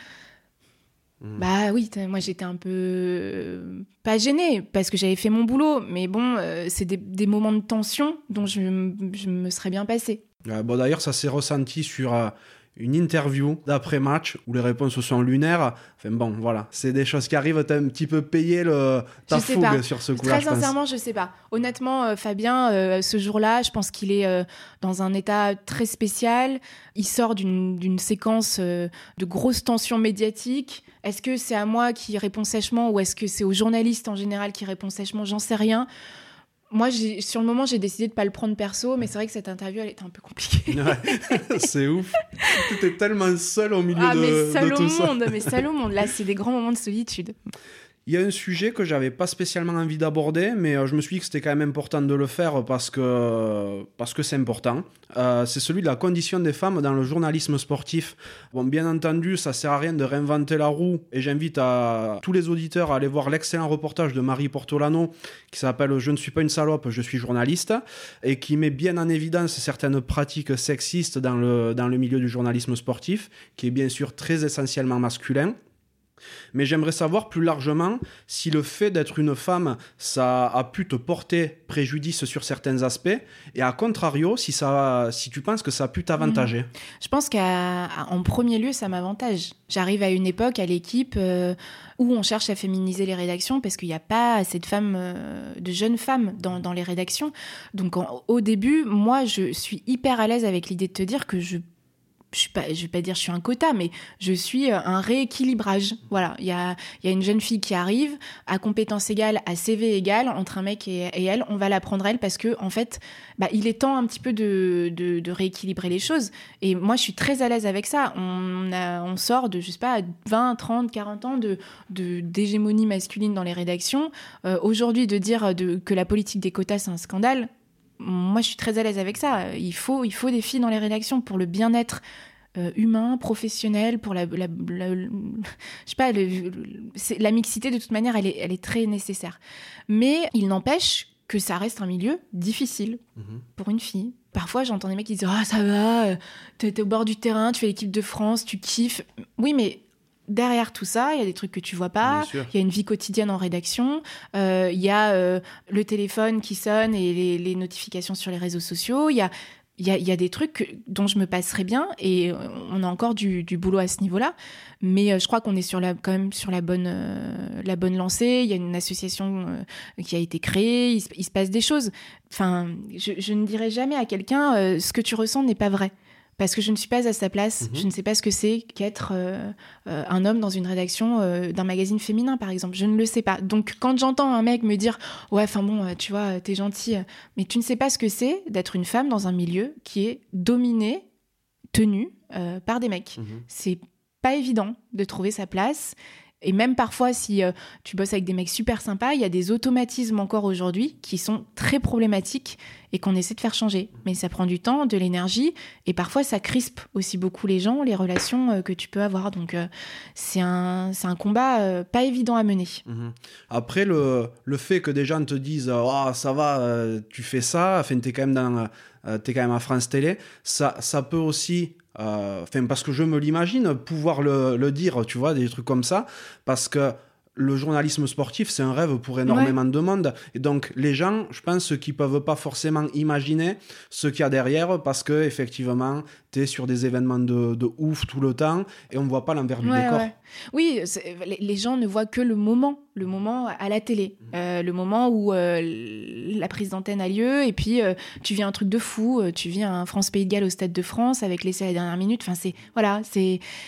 Speaker 1: Mmh. Bah oui, moi j'étais un peu euh, pas gênée parce que j'avais fait mon boulot, mais bon, euh, c'est des, des moments de tension dont je, je me serais bien passée.
Speaker 2: Euh, bon, d'ailleurs, ça s'est ressenti sur euh, une interview d'après-match où les réponses sont lunaires. Enfin bon, voilà, c'est des choses qui arrivent. T'as un petit peu payé le, ta fougue
Speaker 1: pas.
Speaker 2: sur ce coup-là.
Speaker 1: Très sincèrement, je sais pas. Honnêtement, euh, Fabien, euh, ce jour-là, je pense qu'il est euh, dans un état très spécial. Il sort d'une, d'une séquence euh, de grosses tensions médiatiques. Est-ce que c'est à moi qui réponds sèchement ou est-ce que c'est aux journalistes en général qui répondent sèchement ? J'en sais rien. Moi, j'ai, sur le moment, j'ai décidé de ne pas le prendre perso, mais c'est vrai que cette interview, elle était un peu compliquée.
Speaker 2: Ouais, c'est ouf. Tu étais tellement seul au milieu
Speaker 1: ah,
Speaker 2: de,
Speaker 1: mais seul
Speaker 2: de
Speaker 1: au
Speaker 2: tout
Speaker 1: monde,
Speaker 2: ça.
Speaker 1: Mais seul au monde. Là, c'est des grands moments de solitude.
Speaker 2: Il y a un sujet que j'avais pas spécialement envie d'aborder, mais euh, je me suis dit que c'était quand même important de le faire parce que, parce que c'est important. Euh, c'est celui de la condition des femmes dans le journalisme sportif. Bon, bien entendu, ça sert à rien de réinventer la roue, et j'invite à tous les auditeurs à aller voir l'excellent reportage de Marie Portolano qui s'appelle « Je ne suis pas une salope, je suis journaliste » et qui met bien en évidence certaines pratiques sexistes dans le, dans le milieu du journalisme sportif, qui est bien sûr très essentiellement masculin. Mais j'aimerais savoir plus largement si le fait d'être une femme, ça a pu te porter préjudice sur certains aspects, et à contrario, si, ça, si tu penses que ça a pu t'avantager.
Speaker 1: Mmh. Je pense qu'en premier lieu, ça m'avantage. J'arrive à une époque, à l'équipe, euh, où on cherche à féminiser les rédactions parce qu'il n'y a pas assez de femmes, euh, de jeunes femmes dans, dans les rédactions. Donc en, au début, moi, je suis hyper à l'aise avec l'idée de te dire que je Je ne vais pas dire que je suis un quota, mais je suis un rééquilibrage. Voilà, il y a, y a une jeune fille qui arrive, à compétences égales, à C V égal, entre un mec et, et elle, on va la prendre elle parce que en fait, bah, il est temps un petit peu de, de, de rééquilibrer les choses. Et moi, je suis très à l'aise avec ça. On, a, on sort de, je sais pas, vingt, trente, quarante ans de, de, d'hégémonie masculine dans les rédactions. Euh, aujourd'hui, de dire de, que la politique des quotas, c'est un scandale, moi, je suis très à l'aise avec ça. Il faut, il faut des filles dans les rédactions pour le bien-être euh, humain, professionnel, pour la, la, la, la je sais pas, le, le, c'est, la mixité de toute manière, elle est, elle est très nécessaire. Mais il n'empêche que ça reste un milieu difficile mmh. pour une fille. Parfois, j'entends des mecs qui disent « Ah, ça va, t'es, t'es au bord du terrain, tu fais l'équipe de France, tu kiffes. » Oui, mais derrière tout ça, il y a des trucs que tu vois pas, il y a une vie quotidienne en rédaction, il euh, y a euh, le téléphone qui sonne et les, les notifications sur les réseaux sociaux, il y a, y, a, y a des trucs que, dont je me passerais bien et on a encore du, du boulot à ce niveau-là, mais euh, je crois qu'on est sur la, quand même sur la bonne, euh, la bonne lancée, il y a une association euh, qui a été créée, il, il se passe des choses. Enfin, je, je ne dirais jamais à quelqu'un euh, ce que tu ressens n'est pas vrai. Parce que je ne suis pas à sa place, mmh. je ne sais pas ce que c'est qu'être euh, euh, un homme dans une rédaction euh, d'un magazine féminin, par exemple. Je ne le sais pas. Donc, quand j'entends un mec me dire « Ouais, enfin bon, tu vois, t'es gentil, mais tu ne sais pas ce que c'est d'être une femme dans un milieu qui est dominé, tenu euh, par des mecs. Mmh. C'est pas évident de trouver sa place. Et même parfois, si euh, tu bosses avec des mecs super sympas, il y a des automatismes encore aujourd'hui qui sont très problématiques et qu'on essaie de faire changer. Mais ça prend du temps, de l'énergie, et parfois ça crispe aussi beaucoup les gens, les relations euh, que tu peux avoir. Donc euh, c'est un, c'est un combat euh, pas évident à mener.
Speaker 2: Mmh. Après, le, le fait que des gens te disent « Oh, ça va, euh, tu fais ça, enfin, t'es quand même dans, euh, t'es quand même à France Télé », ça, ça peut aussi... Enfin, euh, parce que je me l'imagine pouvoir le, le dire, tu vois, des trucs comme ça, parce que le journalisme sportif, c'est un rêve pour énormément ouais. de monde, et donc les gens, je pense qu'ils peuvent pas forcément imaginer ce qu'il y a derrière, parce que effectivement, t'es sur des événements de, de ouf tout le temps, et on voit pas l'envers du
Speaker 1: ouais,
Speaker 2: décor.
Speaker 1: Ouais. Oui, les, les gens ne voient que le moment, le moment à la télé, mmh. euh, le moment où euh, la prise d'antenne a lieu, et puis euh, tu vis un truc de fou, tu vis un France-Pays de Galles au Stade de France avec l'essai à la dernière minute, enfin c'est, voilà, c'est...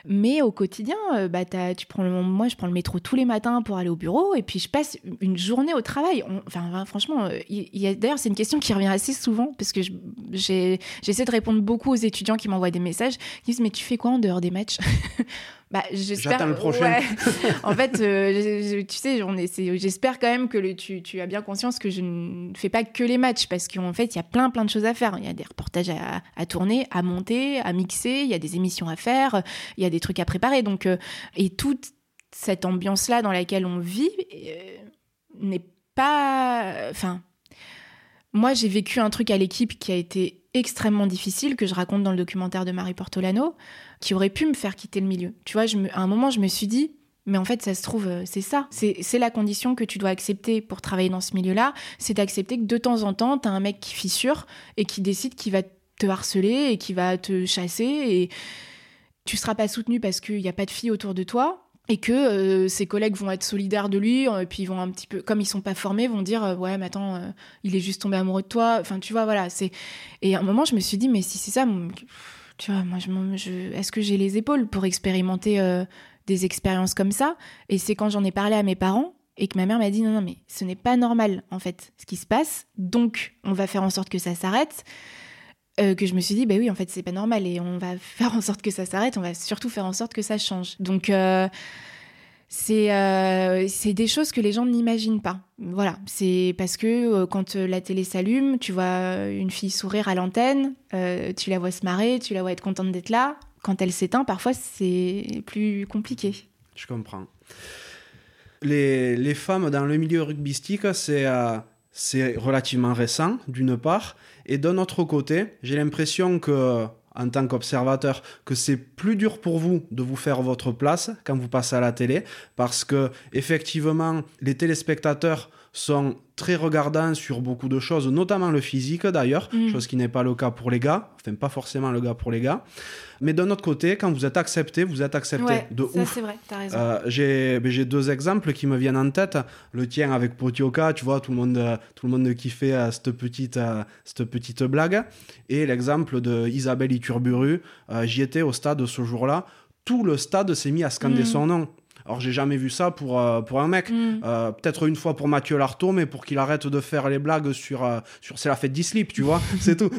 Speaker 1: Mais au quotidien, euh, bah, t'as, tu prends le, moi, je prends le métro tous les matins pour aller au bureau et puis je passe une journée au travail. On, enfin, franchement, il, il y a, d'ailleurs, c'est une question qui revient assez souvent parce que je, j'ai, j'essaie de répondre beaucoup aux étudiants qui m'envoient des messages qui disent « Mais tu fais quoi en dehors des matchs ?» Bah, j'espère...
Speaker 2: J'attends le prochain.
Speaker 1: Ouais. En fait, euh, je, je, tu sais, on est, c'est, j'espère quand même que le, tu, tu as bien conscience que je ne fais pas que les matchs parce qu'en fait, il y a plein, plein de choses à faire. Il y a des reportages à, à tourner, à monter, à mixer, il y a des émissions à faire, il y a des trucs à préparer. Donc, euh, et toute cette ambiance-là dans laquelle on vit euh, n'est pas... Enfin, moi, j'ai vécu un truc à l'équipe qui a été extrêmement difficile, que je raconte dans le documentaire de Marie Portolano, qui aurait pu me faire quitter le milieu. Tu vois, je me, à un moment, je me suis dit, mais en fait, ça se trouve, c'est ça. C'est, c'est la condition que tu dois accepter pour travailler dans ce milieu-là, c'est d'accepter que de temps en temps, t'as un mec qui fissure et qui décide qu'il va te harceler et qui va te chasser et tu seras pas soutenu parce qu'il n'y a pas de filles autour de toi. Et que euh, ses collègues vont être solidaires de lui, euh, et puis ils vont un petit peu, comme ils sont pas formés, vont dire euh, ouais mais attends, euh, il est juste tombé amoureux de toi. Enfin tu vois voilà c'est. Et à un moment je me suis dit mais si c'est ça, mon... tu vois moi je, je... est-ce que j'ai les épaules pour expérimenter euh, des expériences comme ça? Et c'est quand j'en ai parlé à mes parents et que ma mère m'a dit non non mais ce n'est pas normal en fait ce qui se passe, donc on va faire en sorte que ça s'arrête. Euh, que je me suis dit, bah oui, en fait, c'est pas normal et on va faire en sorte que ça s'arrête, on va surtout faire en sorte que ça change. Donc, euh, c'est, euh, c'est des choses que les gens n'imaginent pas. Voilà, c'est parce que euh, quand la télé s'allume, tu vois une fille sourire à l'antenne, euh, tu la vois se marrer, tu la vois être contente d'être là. Quand elle s'éteint, parfois, c'est plus compliqué.
Speaker 2: Je comprends. Les, les femmes dans le milieu rugbystique, c'est... Euh... C'est relativement récent, d'une part, et d'un autre côté, j'ai l'impression que, en tant qu'observateur, que c'est plus dur pour vous de vous faire votre place quand vous passez à la télé, parce que, effectivement, les téléspectateurs sont très regardants sur beaucoup de choses, notamment le physique d'ailleurs, mmh. chose qui n'est pas le cas pour les gars, enfin pas forcément le cas pour les gars. Mais d'un autre côté, quand vous êtes accepté, vous êtes accepté
Speaker 1: ouais,
Speaker 2: de
Speaker 1: ça,
Speaker 2: ouf.
Speaker 1: C'est vrai, t'as raison.
Speaker 2: Euh, j'ai, ben, j'ai deux exemples qui me viennent en tête. Le tien avec Potioka, tu vois, tout le monde, euh, tout le monde kiffait euh, cette, petite, euh, cette petite blague. Et l'exemple de Isabelle Iturburu, euh, j'y étais au stade ce jour-là. Tout le stade s'est mis à scander mmh. son nom. Alors, j'ai jamais vu ça pour, euh, pour un mec. Mm. Euh, peut-être une fois pour Mathieu Lartaud, mais pour qu'il arrête de faire les blagues sur... Euh, sur c'est la fête d'Islip, tu vois. C'est tout.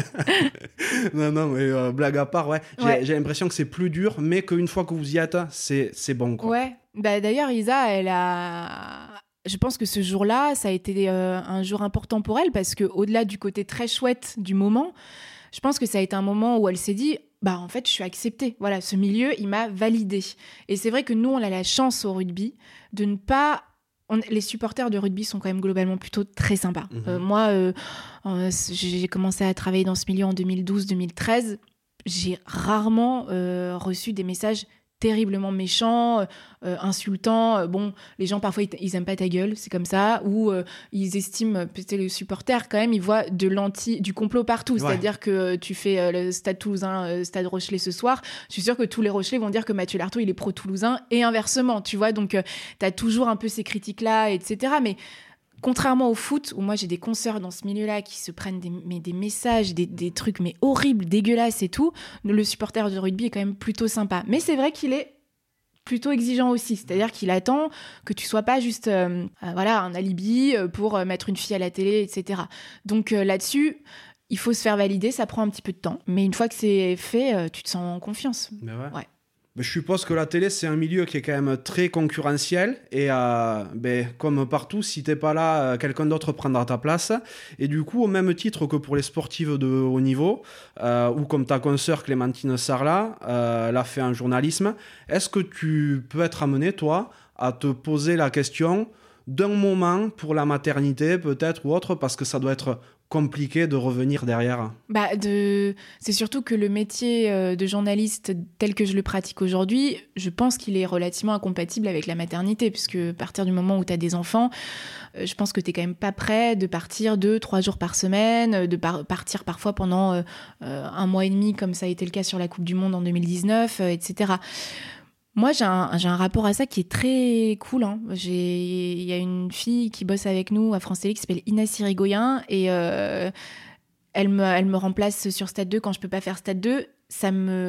Speaker 2: non, non, mais euh, blague à part, ouais. J'ai,
Speaker 1: ouais.
Speaker 2: j'ai l'impression que c'est plus dur, mais qu'une fois que vous y êtes, c'est, c'est bon, quoi.
Speaker 1: Ouais. Bah, d'ailleurs, Isa, elle a... Je pense que ce jour-là, ça a été euh, un jour important pour elle, parce qu'au-delà du côté très chouette du moment, je pense que ça a été un moment où elle s'est dit... bah en fait je suis acceptée, voilà, ce milieu il m'a validée. Et c'est vrai que nous on a la chance au rugby de ne pas on... les supporters de rugby sont quand même globalement plutôt très sympas. Mmh. Euh, moi euh, euh, j'ai commencé à travailler dans ce milieu en deux mille douze deux mille treize, j'ai rarement euh, reçu des messages terriblement méchants, euh, insultants. Euh, bon, les gens parfois ils, t- ils aiment pas ta gueule, c'est comme ça, ou euh, ils estiment, peut-être les supporters quand même, ils voient de l'anti, du complot partout. Ouais. C'est-à-dire que tu fais euh, le Stade Toulousain, euh, Stade Rochelais ce soir, je suis sûre que tous les Rochelais vont dire que Mathieu Lartaud il est pro-toulousain et inversement, tu vois. Donc euh, t'as toujours un peu ces critiques-là, et cetera. Mais contrairement au foot, où moi j'ai des consoeurs dans ce milieu-là qui se prennent des, mais des messages, des, des trucs mais horribles, dégueulasses et tout, le supporter de rugby est quand même plutôt sympa. Mais c'est vrai qu'il est plutôt exigeant aussi, c'est-à-dire qu'il attend que tu sois pas juste euh, euh, voilà, un alibi pour euh, mettre une fille à la télé, et cetera. Donc euh, là-dessus, il faut se faire valider, ça prend un petit peu de temps. Mais une fois que c'est fait, euh, tu te sens en confiance.
Speaker 2: Ben ouais.
Speaker 1: Ouais.
Speaker 2: Je suppose que la télé, c'est un milieu qui est quand même très concurrentiel. Et euh, ben, comme partout, si t'es pas là, quelqu'un d'autre prendra ta place. Et du coup, au même titre que pour les sportives de haut niveau, euh, ou comme ta consoeur Clémentine Sarlat euh, l'a fait en journalisme, est-ce que tu peux être amené, toi, à te poser la question d'un moment pour la maternité, peut-être, ou autre, parce que ça doit être compliqué de revenir derrière?
Speaker 1: Bah de... C'est surtout que le métier de journaliste tel que je le pratique aujourd'hui, je pense qu'il est relativement incompatible avec la maternité, puisque à partir du moment où tu as des enfants, je pense que tu n'es quand même pas prêt de partir deux, trois jours par semaine, de par- partir parfois pendant euh, un mois et demi, comme ça a été le cas sur la Coupe du Monde en deux mille dix-neuf, euh, et cetera. Moi, j'ai un, j'ai un rapport à ça qui est très cool. Hein. J'ai, il y a une fille qui bosse avec nous à France Télé qui s'appelle Inès Irigoyen et euh, elle, me, elle me remplace sur Stade deux quand je peux pas faire Stade deux. Ça me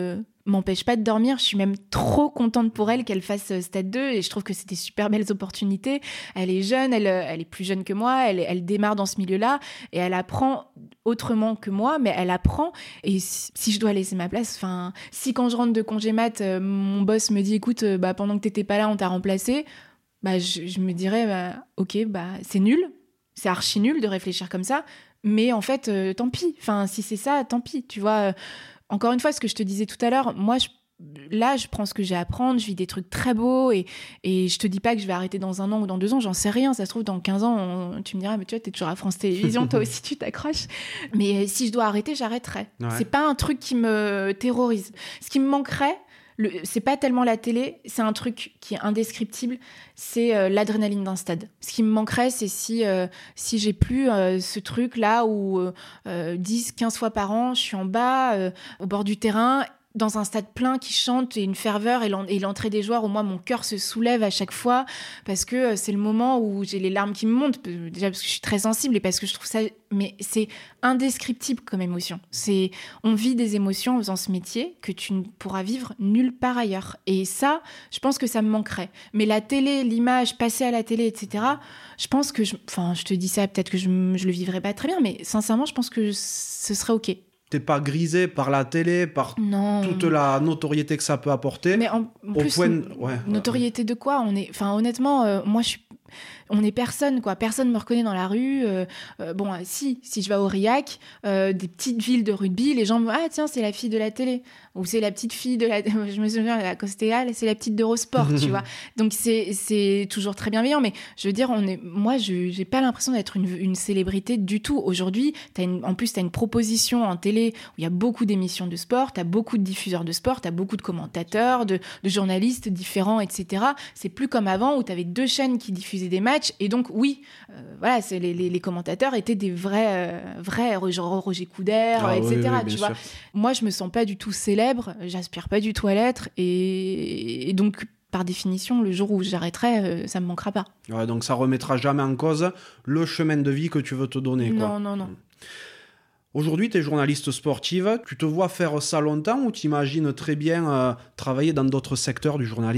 Speaker 1: m'empêche pas de dormir. Je suis même trop contente pour elle qu'elle fasse Stade deux et je trouve que c'est des super belles opportunités. Elle est jeune, elle, elle est plus jeune que moi, elle, elle démarre dans ce milieu-là et elle apprend autrement que moi, mais elle apprend. Et si, si je dois laisser ma place, enfin, si quand je rentre de congé mat, euh, mon boss me dit, écoute, euh, bah, pendant que t'étais pas là, on t'a remplacé, bah, je, je me dirais, bah, ok, bah, c'est nul, c'est archi nul de réfléchir comme ça, mais en fait, euh, tant pis. Enfin, si c'est ça, tant pis, tu vois. Encore une fois, ce que je te disais tout à l'heure, moi, je là, je prends ce que j'ai à apprendre, je vis des trucs très beaux et, et je te dis pas que je vais arrêter dans un an ou dans deux ans, j'en sais rien. Ça se trouve, dans quinze ans, on, tu me diras, mais tu vois, t'es toujours à France Télévisions, toi aussi, tu t'accroches. Mais si je dois arrêter, j'arrêterai. Ouais. C'est pas un truc qui me terrorise. Ce qui me manquerait, le, c'est pas tellement la télé, c'est un truc qui est indescriptible, c'est euh, l'adrénaline d'un stade. Ce qui me manquerait, c'est si, euh, si j'ai plus euh, ce truc-là où euh, dix, quinze fois par an, je suis en bas, euh, au bord du terrain, dans un stade plein qui chante et une ferveur et, l'en- et l'entrée des joueurs où moi mon cœur se soulève à chaque fois parce que euh, c'est le moment où j'ai les larmes qui me montent, déjà parce que je suis très sensible et parce que je trouve ça, mais c'est indescriptible comme émotion. C'est, on vit des émotions en faisant ce métier que tu ne pourras vivre nulle part ailleurs et ça, je pense que ça me manquerait. Mais la télé, l'image, passer à la télé, et cetera, je pense que, je, enfin je te dis ça, peut-être que je, je le vivrais pas très bien, mais sincèrement je pense que ce serait ok.
Speaker 2: T'es pas grisé par la télé, par
Speaker 1: non.
Speaker 2: toute la notoriété que ça peut apporter.
Speaker 1: Mais en, en plus,
Speaker 2: point... ouais,
Speaker 1: notoriété de quoi ? On est, enfin, honnêtement, euh, moi, je suis, on est personne, quoi. Personne me reconnaît dans la rue. Euh, euh, bon, euh, si, si je vais à Aurillac, euh, des petites villes de rugby, les gens me disent, ah tiens, c'est la fille de la télé, ou c'est la petite fille de la, je me souviens, la Costéal, c'est la petite d'Eurosport, tu vois. Donc c'est, c'est toujours très bienveillant, mais je veux dire, on est, moi, je, j'ai pas l'impression d'être une, une célébrité du tout. Aujourd'hui, t'as une, en plus, t'as une proposition en télé où il y a beaucoup d'émissions de sport, t'as beaucoup de diffuseurs de sport, t'as beaucoup de commentateurs, de, de journalistes différents, et cetera. C'est plus comme avant où t'avais deux chaînes qui diffusaient des matchs et donc oui, euh, voilà, c'est les, les, les commentateurs étaient des vrais, euh, vrais Roger, Roger Coudert, ah, et cetera. Oui, oui, tu vois. Moi, je me sens pas du tout célèbre, j'aspire pas du tout à l'être et, et donc par définition, le jour où j'arrêterai, euh, ça me manquera pas.
Speaker 2: Ouais, donc ça remettra jamais en cause le chemin de vie que tu veux te donner, quoi.
Speaker 1: Non, non, non.
Speaker 2: Aujourd'hui, tu es journaliste sportive. Tu te vois faire ça longtemps ou tu imagines très bien euh, travailler dans d'autres secteurs du journalisme ?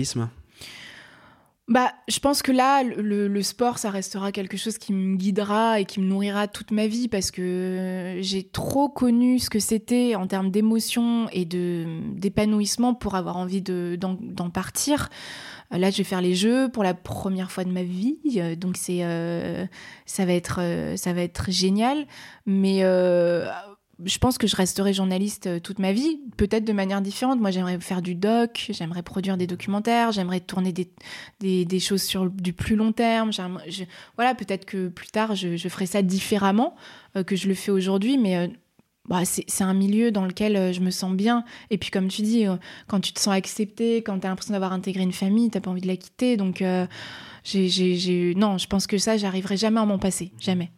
Speaker 1: Bah, je pense que là, le, le sport, ça restera quelque chose qui me guidera et qui me nourrira toute ma vie parce que j'ai trop connu ce que c'était en termes d'émotion et de, d'épanouissement pour avoir envie de, d'en, d'en partir. Là, je vais faire les Jeux pour la première fois de ma vie, donc c'est, euh, ça va être, euh, ça va être génial. Mais euh, je pense que je resterai journaliste toute ma vie, peut-être de manière différente. Moi, j'aimerais faire du doc, j'aimerais produire des documentaires, j'aimerais tourner des, des, des choses sur du plus long terme. Je, voilà, peut-être que plus tard, je, je ferai ça différemment euh, que je le fais aujourd'hui, mais... Euh, Bah, c'est, c'est un milieu dans lequel euh, je me sens bien. Et puis, comme tu dis, euh, quand tu te sens accepté, quand tu as l'impression d'avoir intégré une famille, tu n'as pas envie de la quitter. Donc, euh, j'ai, j'ai, j'ai... non, je pense que ça, j'arriverai jamais à m'en passer. Jamais.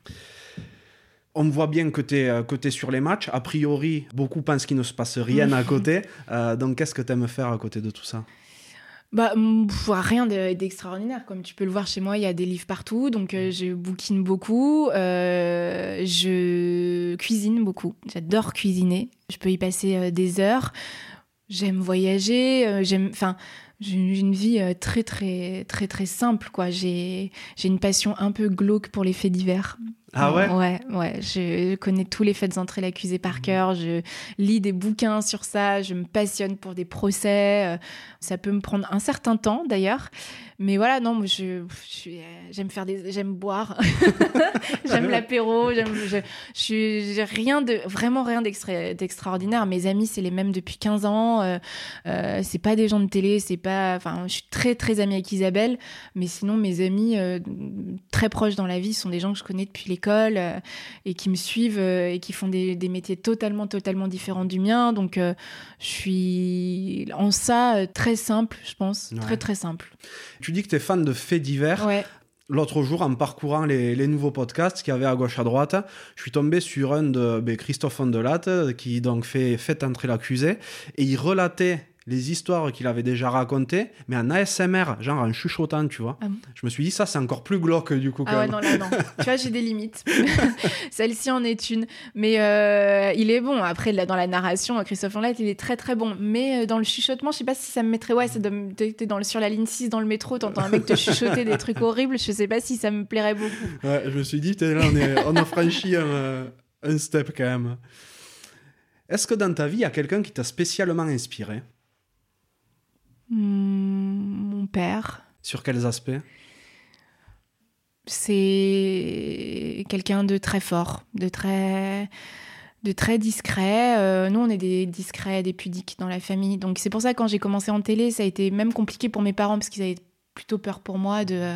Speaker 2: On voit bien que tu es que t'es sur les matchs. A priori, beaucoup pensent qu'il ne se passe rien à côté. Euh, donc, qu'est-ce que tu aimes faire à côté de tout ça ?
Speaker 1: Bah, pff, rien d'extraordinaire. Comme tu peux le voir chez moi, il y a des livres partout. Donc, euh, je bouquine beaucoup. Euh, je cuisine beaucoup. J'adore cuisiner. Je peux y passer euh, des heures. J'aime voyager. Euh, j'aime, enfin, j'ai une vie euh, très, très, très, très simple, quoi. J'ai, j'ai une passion un peu glauque pour les faits divers.
Speaker 2: Ah ouais ?
Speaker 1: Ouais, ouais. Je connais tous les faits entrées l'accusé par cœur. Je lis des bouquins sur ça. Je me passionne pour des procès. Ça peut me prendre un certain temps, d'ailleurs. Mais voilà, non, moi, je, je, j'aime faire des, j'aime boire. J'aime l'apéro. J'aime, je, je, j'ai rien de, vraiment rien d'extra, d'extraordinaire. Mes amis, c'est les mêmes depuis quinze ans. Euh, euh, c'est pas des gens de télé. C'est pas, enfin, je suis très, très amie avec Isabelle. Mais sinon, mes amis euh, très proches dans la vie sont des gens que je connais depuis l'école euh, et qui me suivent euh, et qui font des, des métiers totalement, totalement différents du mien. Donc, euh, je suis en ça euh, très simple, je pense. Ouais. Très, très simple.
Speaker 2: Tu dis que tu es fan de faits divers.
Speaker 1: Ouais.
Speaker 2: L'autre jour, en parcourant les, les nouveaux podcasts qu'il y avait à gauche à droite, je suis tombé sur un de ben, Christophe Ondelat qui donc fait Faites entrer l'accusé et il relatait les histoires qu'il avait déjà racontées, mais en A S M R, genre en chuchotant, tu vois. Ah bon. Je me suis dit, ça, c'est encore plus glauque, du coup.
Speaker 1: Ah ouais,
Speaker 2: même.
Speaker 1: non, là, non. Tu vois, j'ai des limites. Celle-ci en est une. Mais euh, il est bon. Après, là, dans la narration, Christophe Ondelat, il est très, très bon. Mais euh, dans le chuchotement, je sais pas si ça me mettrait... Ouais, c'est de... t'es dans le... sur la ligne six, dans le métro, t'entends un mec te chuchoter des trucs horribles. Je sais pas si ça me plairait beaucoup.
Speaker 2: Ouais, je me suis dit, là, on, est... on a franchi un, un step, quand même. Est-ce que dans ta vie, il y a quelqu'un qui t'a spécialement inspiré ?
Speaker 1: Mmh, mon père.
Speaker 2: Sur quels aspects ?
Speaker 1: C'est quelqu'un de très fort, de très, de très discret. Euh, nous, on est des discrets, des pudiques dans la famille. Donc c'est pour ça que quand j'ai commencé en télé, ça a été même compliqué pour mes parents parce qu'ils avaient plutôt peur pour moi de,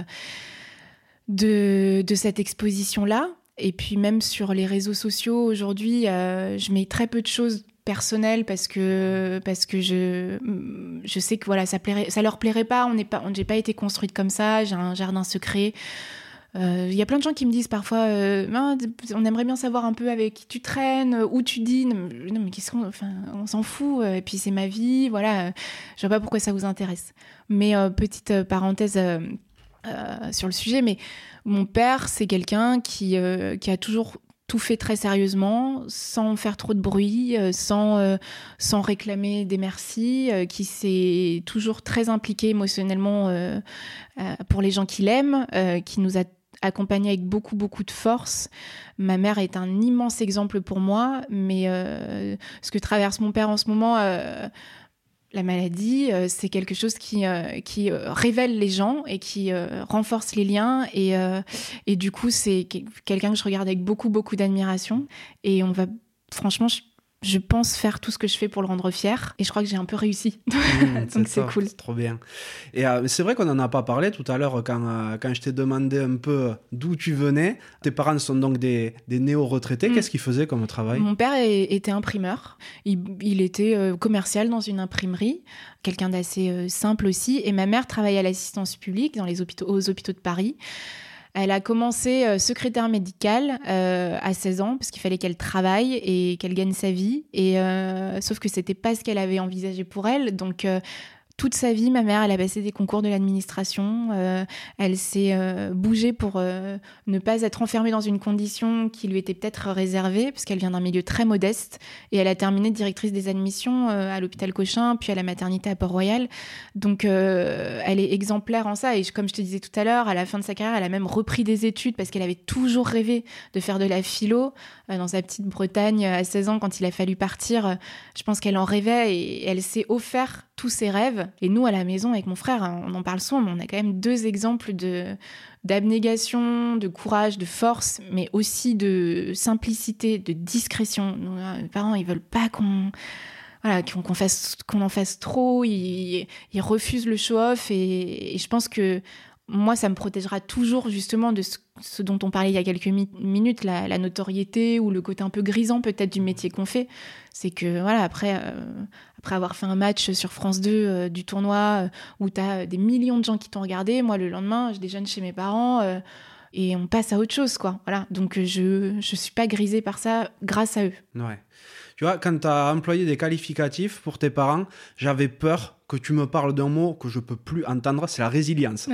Speaker 1: de, de cette exposition-là. Et puis même sur les réseaux sociaux, aujourd'hui, euh, je mets très peu de choses personnelles parce que, parce que je, je sais que voilà, ça plairait, ça leur plairait pas. On n'est pas, on, j'ai pas été construite comme ça, j'ai un jardin secret. Il euh, y a plein de gens qui me disent parfois euh, ah, on aimerait bien savoir un peu avec qui tu traînes, où tu dînes. Non mais qu'est-ce qu'on, enfin, on s'en fout. Et puis c'est ma vie, voilà. Je vois pas pourquoi ça vous intéresse. Mais euh, petite parenthèse euh, euh, sur le sujet, mais mon père, c'est quelqu'un qui, euh, qui a toujours tout fait très sérieusement, sans faire trop de bruit, euh, sans, euh, sans réclamer des merci, euh, qui s'est toujours très impliqué émotionnellement euh, euh, pour les gens qu'il aime, euh, qui nous a accompagnés avec beaucoup, beaucoup de force. Ma mère est un immense exemple pour moi, mais euh, ce que traverse mon père en ce moment... Euh, La maladie, euh, c'est quelque chose qui, euh, qui euh, révèle les gens et qui euh, renforce les liens. Et, euh, et du coup, c'est quelqu'un que je regarde avec beaucoup, beaucoup d'admiration. Et on va, franchement, je, je pense faire tout ce que je fais pour le rendre fier. Et je crois que j'ai un peu réussi. Mmh, donc c'est, c'est cool.
Speaker 2: C'est trop bien. Et euh, c'est vrai qu'on n'en a pas parlé tout à l'heure quand, euh, quand je t'ai demandé un peu d'où tu venais. Tes parents sont donc des, des néo-retraités. Mmh. Qu'est-ce qu'ils faisaient comme travail ?
Speaker 1: Mon père était imprimeur. Il, il était euh, commercial dans une imprimerie. Quelqu'un d'assez euh, simple aussi. Et ma mère travaillait à l'assistance publique dans les hôpitaux, aux hôpitaux de Paris. Elle a commencé euh, secrétaire médicale euh, à seize ans parce qu'il fallait qu'elle travaille et qu'elle gagne sa vie. Et, euh, sauf que c'était pas ce qu'elle avait envisagé pour elle. Donc, euh, toute sa vie, ma mère, elle a passé des concours de l'administration. Euh, elle s'est euh, bougée pour euh, ne pas être enfermée dans une condition qui lui était peut-être réservée, parce qu'elle vient d'un milieu très modeste. Et elle a terminé directrice des admissions euh, à l'hôpital Cochin, puis à la maternité à Port-Royal. Donc, euh, elle est exemplaire en ça. Et comme je te disais tout à l'heure, à la fin de sa carrière, elle a même repris des études parce qu'elle avait toujours rêvé de faire de la philo euh, dans sa petite Bretagne à seize ans quand il a fallu partir. Je pense qu'elle en rêvait et elle s'est offert tous ses rêves. Et nous, à la maison, avec mon frère, on en parle souvent, mais on a quand même deux exemples de, d'abnégation, de courage, de force, mais aussi de simplicité, de discrétion. Nos parents, ils veulent pas qu'on... Voilà, qu'on, qu'on, fasse, qu'on en fasse trop, ils, ils refusent le show-off. Et, et je pense que moi, ça me protégera toujours justement de ce, ce dont on parlait il y a quelques mi- minutes, la, la notoriété ou le côté un peu grisant peut-être du métier qu'on fait. C'est que voilà, après, euh, après avoir fait un match sur France deux euh, du tournoi euh, où tu as des millions de gens qui t'ont regardé, moi le lendemain, je déjeune chez mes parents euh, et on passe à autre chose, quoi. Voilà. Donc je ne suis pas grisée par ça grâce à eux.
Speaker 2: Ouais. Tu vois, quand tu as employé des qualificatifs pour tes parents, j'avais peur que tu me parles d'un mot que je peux plus entendre, c'est la résilience.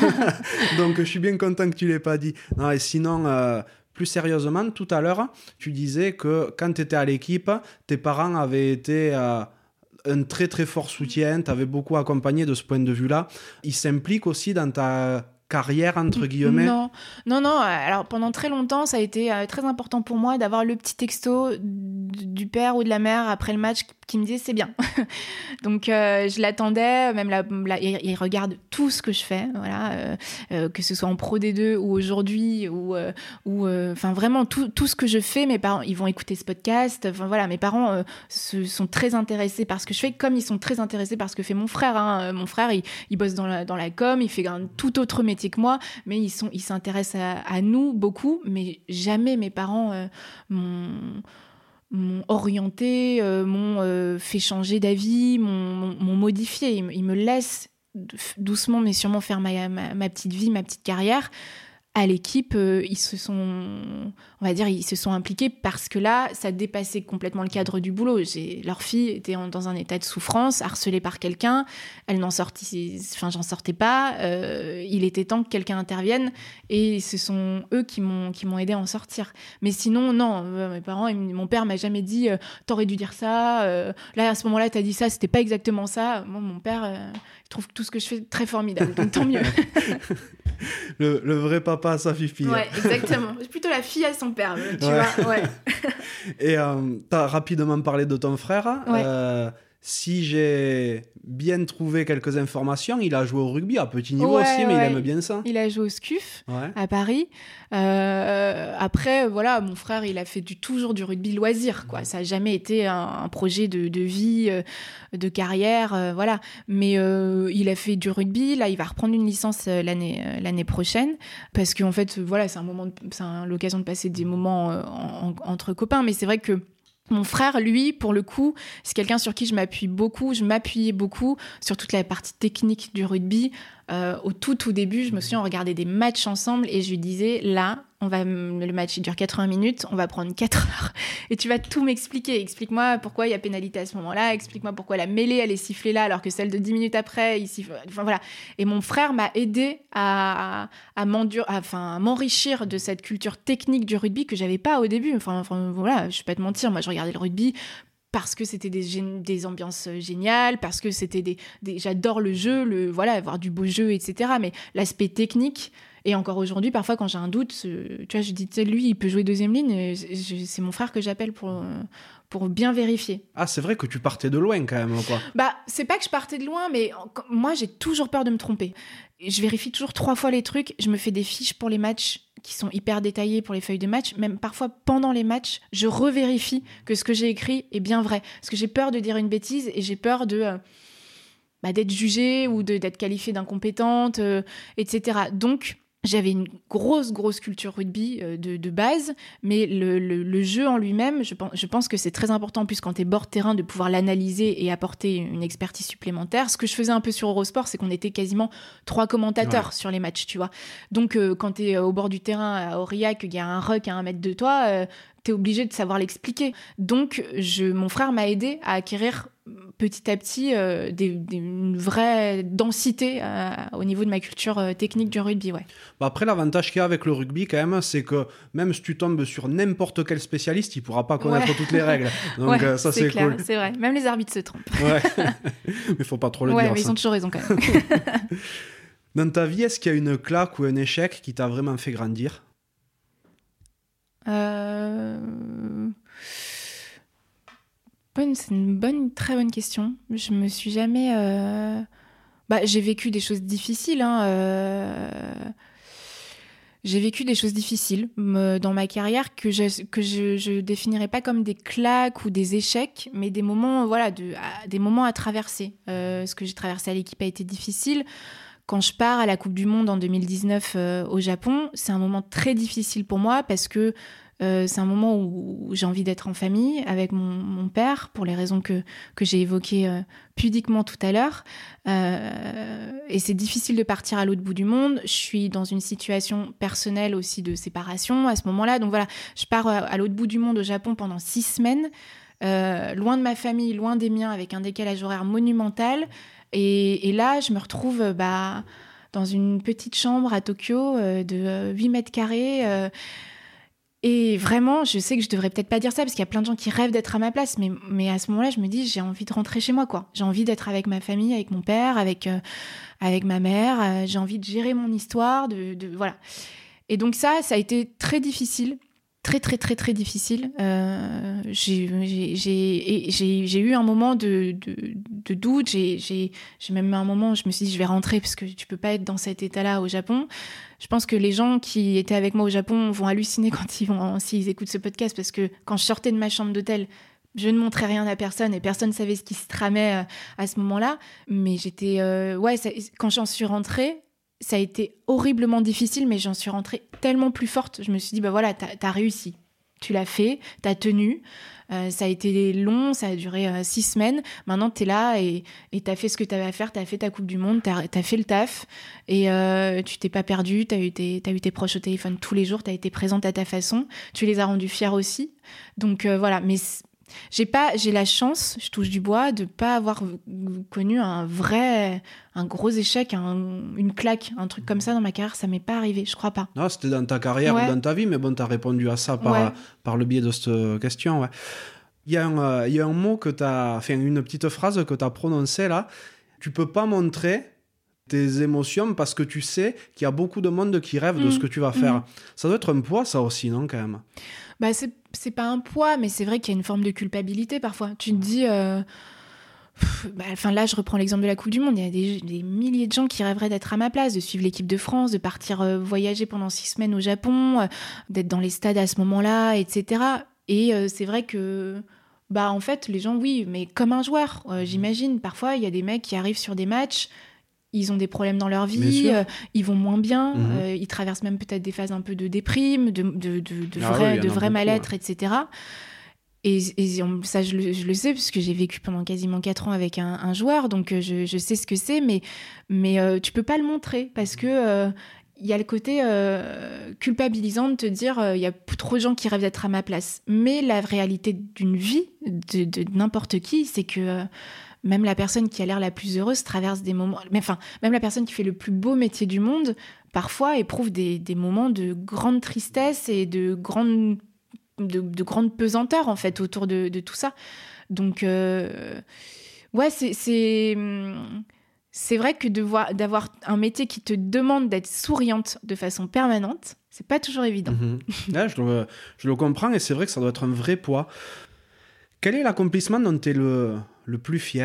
Speaker 2: Donc, je suis bien content que tu l'aies pas dit. Non, et sinon, euh, plus sérieusement, tout à l'heure, tu disais que quand tu étais à l'équipe, tes parents avaient été... Euh, un très très fort soutien, tu avais beaucoup accompagné de ce point de vue-là. Ils s'impliquent aussi dans ta carrière, entre guillemets?
Speaker 1: Non, non, non. Alors, pendant très longtemps, ça a été euh, très important pour moi d'avoir le petit texto du père ou de la mère après le match qui me disait c'est bien. Donc, euh, je l'attendais. Même la, la, il, il regarde tout ce que je fais, voilà, euh, euh, que ce soit en Pro D deux ou aujourd'hui, ou, euh, ou, enfin, euh, vraiment tout, tout ce que je fais. Mes parents, ils vont écouter ce podcast. Enfin, voilà, mes parents euh, se, sont très intéressés par ce que je fais, comme ils sont très intéressés par ce que fait mon frère. Hein. Mon frère, il, il bosse dans la, dans la com, il fait un tout autre métier que moi, mais ils, sont, ils s'intéressent à, à nous beaucoup, mais jamais mes parents euh, m'ont, m'ont orienté, euh, m'ont euh, fait changer d'avis, m'ont, m'ont modifié. Ils, ils me laissent doucement mais sûrement faire ma, ma, ma petite vie, ma petite carrière, à l'équipe, euh, ils se sont, on va dire, ils se sont impliqués parce que là, ça dépassait complètement le cadre du boulot. J'ai, leur fille était en, dans un état de souffrance, harcelée par quelqu'un. Elle n'en sortait, enfin, j'en sortais pas. Euh, il était temps que quelqu'un intervienne, et ce sont eux qui m'ont, qui m'ont aidé à en sortir. Mais sinon, non, euh, mes parents, mon père m'a jamais dit, euh, t'aurais dû dire ça. Euh, là, à ce moment-là, t'as dit ça, c'était pas exactement ça. Moi, mon père, euh, il trouve tout ce que je fais très formidable, donc tant mieux.
Speaker 2: le, le vrai papa à sa fille.
Speaker 1: Ouais, exactement. C'est plutôt la fille à son père, tu ouais. vois. Ouais.
Speaker 2: Et euh, tu as rapidement parlé de ton frère.
Speaker 1: Ouais.
Speaker 2: Euh, si j'ai bien trouvé quelques informations, il a joué au rugby à petit niveau
Speaker 1: ouais,
Speaker 2: aussi, mais
Speaker 1: ouais.
Speaker 2: il aime bien ça.
Speaker 1: Il a joué au SCUF
Speaker 2: ouais.
Speaker 1: à Paris. Euh, après, voilà, mon frère, il a fait du, toujours du rugby loisir, quoi. Ça n'a jamais été un, un projet de, de vie, euh, de carrière, euh, voilà. Mais euh, il a fait du rugby. Là, il va reprendre une licence euh, l'année, euh, l'année prochaine, parce qu'en fait, voilà, c'est un moment, de, c'est un, l'occasion de passer des moments euh, en, en, entre copains. Mais c'est vrai que mon frère, lui, pour le coup, c'est quelqu'un sur qui je m'appuie beaucoup. Je m'appuyais beaucoup sur toute la partie technique du rugby. Euh, au tout, tout début, je me souviens, on regardait des matchs ensemble et je lui disais, là, on va, le match il dure quatre-vingts minutes, on va prendre quatre heures et tu vas tout m'expliquer. Explique-moi pourquoi il y a pénalité à ce moment-là, explique-moi pourquoi la mêlée, elle est sifflée là alors que celle de dix minutes après, il siffle... Enfin, voilà. Et mon frère m'a aidé à, à, à, m'endur... à, enfin, à m'enrichir de cette culture technique du rugby que j'avais pas au début. Enfin, enfin voilà, je vais pas te mentir, moi je regardais le rugby parce que c'était des, gé- des ambiances géniales, parce que c'était des, des... J'adore le jeu, le... voilà, avoir du beau jeu, et cetera. Mais l'aspect technique, et encore aujourd'hui, parfois quand j'ai un doute, tu vois, je dis, tu sais, lui, il peut jouer deuxième ligne, c'est mon frère que j'appelle pour, pour bien vérifier.
Speaker 2: Ah, c'est vrai que tu partais de loin quand même, quoi.
Speaker 1: Bah, c'est pas que je partais de loin, mais moi, j'ai toujours peur de me tromper. Je vérifie toujours trois fois les trucs, je me fais des fiches pour les matchs qui sont hyper détaillées pour les feuilles de match. Même parfois, pendant les matchs, je revérifie que ce que j'ai écrit est bien vrai. Parce que j'ai peur de dire une bêtise et j'ai peur de, euh, bah, d'être jugée ou de, d'être qualifiée d'incompétente, euh, et cetera. Donc, j'avais une grosse, grosse culture rugby euh, de, de base, mais le, le, le jeu en lui-même, je pense, je pense que c'est très important, en plus, quand t'es bord de terrain, de pouvoir l'analyser et apporter une expertise supplémentaire. Ce que je faisais un peu sur Eurosport, c'est qu'on était quasiment trois commentateurs ouais. sur les matchs, tu vois. Donc, euh, quand t'es au bord du terrain, à Aurillac, qu'il y a un ruck à un mètre de toi, euh, t'es obligé de savoir l'expliquer. Donc, je, mon frère m'a aidé à acquérir petit à petit euh, des, des, une vraie densité euh, au niveau de ma culture euh, technique du rugby, ouais.
Speaker 2: Bah après, l'avantage qu'il y a avec le rugby, quand même, c'est que même si tu tombes sur n'importe quel spécialiste, il ne pourra pas connaître ouais. toutes les règles. Donc
Speaker 1: ouais,
Speaker 2: euh, ça, c'est, c'est
Speaker 1: clair,
Speaker 2: cool.
Speaker 1: C'est vrai. Même les arbitres se trompent.
Speaker 2: Ouais. Mais il ne faut pas trop le
Speaker 1: ouais,
Speaker 2: dire.
Speaker 1: Ouais, mais
Speaker 2: ça.
Speaker 1: Ils ont toujours raison, quand même.
Speaker 2: Dans ta vie, est-ce qu'il y a une claque ou un échec qui t'a vraiment fait grandir ?
Speaker 1: Euh... Bonne, c'est une bonne, très bonne question. Je me suis jamais... Euh... Bah, j'ai vécu des choses difficiles. Hein, euh... J'ai vécu des choses difficiles me, dans ma carrière que je que je, je définirais pas comme des claques ou des échecs, mais des moments, voilà, de, à, des moments à traverser. Euh, ce que j'ai traversé à l'équipe a été difficile. Quand je pars à la Coupe du Monde en deux mille dix-neuf euh, au Japon, c'est un moment très difficile pour moi parce que Euh, c'est un moment où, où j'ai envie d'être en famille avec mon, mon père, pour les raisons que, que j'ai évoquées euh, pudiquement tout à l'heure. Euh, et c'est difficile de partir à l'autre bout du monde. Je suis dans une situation personnelle aussi de séparation à ce moment-là. Donc voilà, je pars à, à l'autre bout du monde au Japon pendant six semaines, euh, loin de ma famille, loin des miens, avec un décalage horaire monumental. Et, et là, je me retrouve bah, dans une petite chambre à Tokyo euh, de euh, huit mètres carrés. Euh, Et vraiment, je sais que je devrais peut-être pas dire ça parce qu'il y a plein de gens qui rêvent d'être à ma place, mais, mais à ce moment-là, je me dis, j'ai envie de rentrer chez moi, quoi. J'ai envie d'être avec ma famille, avec mon père, avec, euh, avec ma mère. Euh, j'ai envie de gérer mon histoire, de, de, voilà. Et donc ça, ça a été très difficile. Très, très, très, très difficile. Euh, j'ai, j'ai, j'ai, j'ai, j'ai eu un moment de, de, de doute. J'ai, j'ai, j'ai même eu un moment où je me suis dit, je vais rentrer parce que tu peux pas être dans cet état-là au Japon. Je pense que les gens qui étaient avec moi au Japon vont halluciner quand ils vont, s'ils écoutent ce podcast, parce que quand je sortais de ma chambre d'hôtel, je ne montrais rien à personne et personne ne savait ce qui se tramait à ce moment-là. Mais j'étais... Euh, ouais, ça, quand j'en suis rentrée, ça a été horriblement difficile, mais j'en suis rentrée tellement plus forte. Je me suis dit, bah voilà, t'as, t'as réussi. tu l'as fait, t'as tenu. Euh, ça a été long, ça a duré euh, six semaines. Maintenant, t'es là et et t'as fait ce que t'avais à faire. T'as fait ta Coupe du Monde, t'as, t'as fait le taf et euh, tu t'es pas perdu. T'as eu tes, t'as eu tes proches au téléphone tous les jours. T'as été présente à ta façon. Tu les as rendus fiers aussi. Donc euh, voilà. Mais j'ai pas, j'ai la chance, je touche du bois, de pas avoir connu un vrai, un gros échec, un, une claque, un truc comme ça dans ma carrière. Ça m'est pas arrivé, je crois pas.
Speaker 2: Non, c'était dans ta carrière
Speaker 1: Ouais.
Speaker 2: ou dans ta vie, mais bon, t'as répondu à ça par,
Speaker 1: Ouais.
Speaker 2: par le biais de cette question. Ouais. Il y a un, euh, il y a un mot que t'as, enfin une petite phrase que t'as prononcée là. Tu peux pas montrer tes émotions parce que tu sais qu'il y a beaucoup de monde qui rêve mmh. de ce que tu vas faire. Mmh. Ça doit être un poids, ça aussi, non, quand même?
Speaker 1: Bah, c'est, c'est pas un poids, mais c'est vrai qu'il y a une forme de culpabilité parfois. Tu te dis... Euh... Bah, enfin, là, je reprends l'exemple de la Coupe du Monde. Il y a des, des milliers de gens qui rêveraient d'être à ma place, de suivre l'équipe de France, de partir euh, voyager pendant six semaines au Japon, euh, d'être dans les stades à ce moment-là, et cetera. Et euh, c'est vrai que... Bah, en fait, les gens, oui, mais comme un joueur, euh, j'imagine. Parfois, il y a des mecs qui arrivent sur des matchs... Ils ont des problèmes dans leur vie, euh, ils vont moins bien, mmh. euh, ils traversent même peut-être des phases un peu de déprime, de, de, de, de
Speaker 2: ah
Speaker 1: vrai,
Speaker 2: oui,
Speaker 1: de vrai
Speaker 2: beaucoup,
Speaker 1: mal-être,
Speaker 2: ouais.
Speaker 1: et cetera. Et, et on, ça, je le, je le sais, parce que j'ai vécu pendant quasiment quatre ans avec un, un joueur, donc je, je sais ce que c'est, mais, mais euh, tu peux pas le montrer, parce que... Euh, il y a le côté euh, culpabilisant de te dire il euh, y a trop de gens qui rêvent d'être à ma place. Mais la réalité d'une vie, de, de, de n'importe qui, c'est que... Euh, même la personne qui a l'air la plus heureuse traverse des moments... Mais enfin, même la personne qui fait le plus beau métier du monde, parfois éprouve des, des moments de grande tristesse et de grande, de, de grande pesanteur, en fait, autour de, de tout ça. Donc, euh, ouais, c'est, c'est, c'est vrai que de voir, d'avoir un métier qui te demande d'être souriante de façon permanente, c'est pas toujours évident.
Speaker 2: Mmh. Ouais, je, le, je le comprends et c'est vrai que ça doit être un vrai poids. Quel est l'accomplissement dont tu es le, le plus fier ?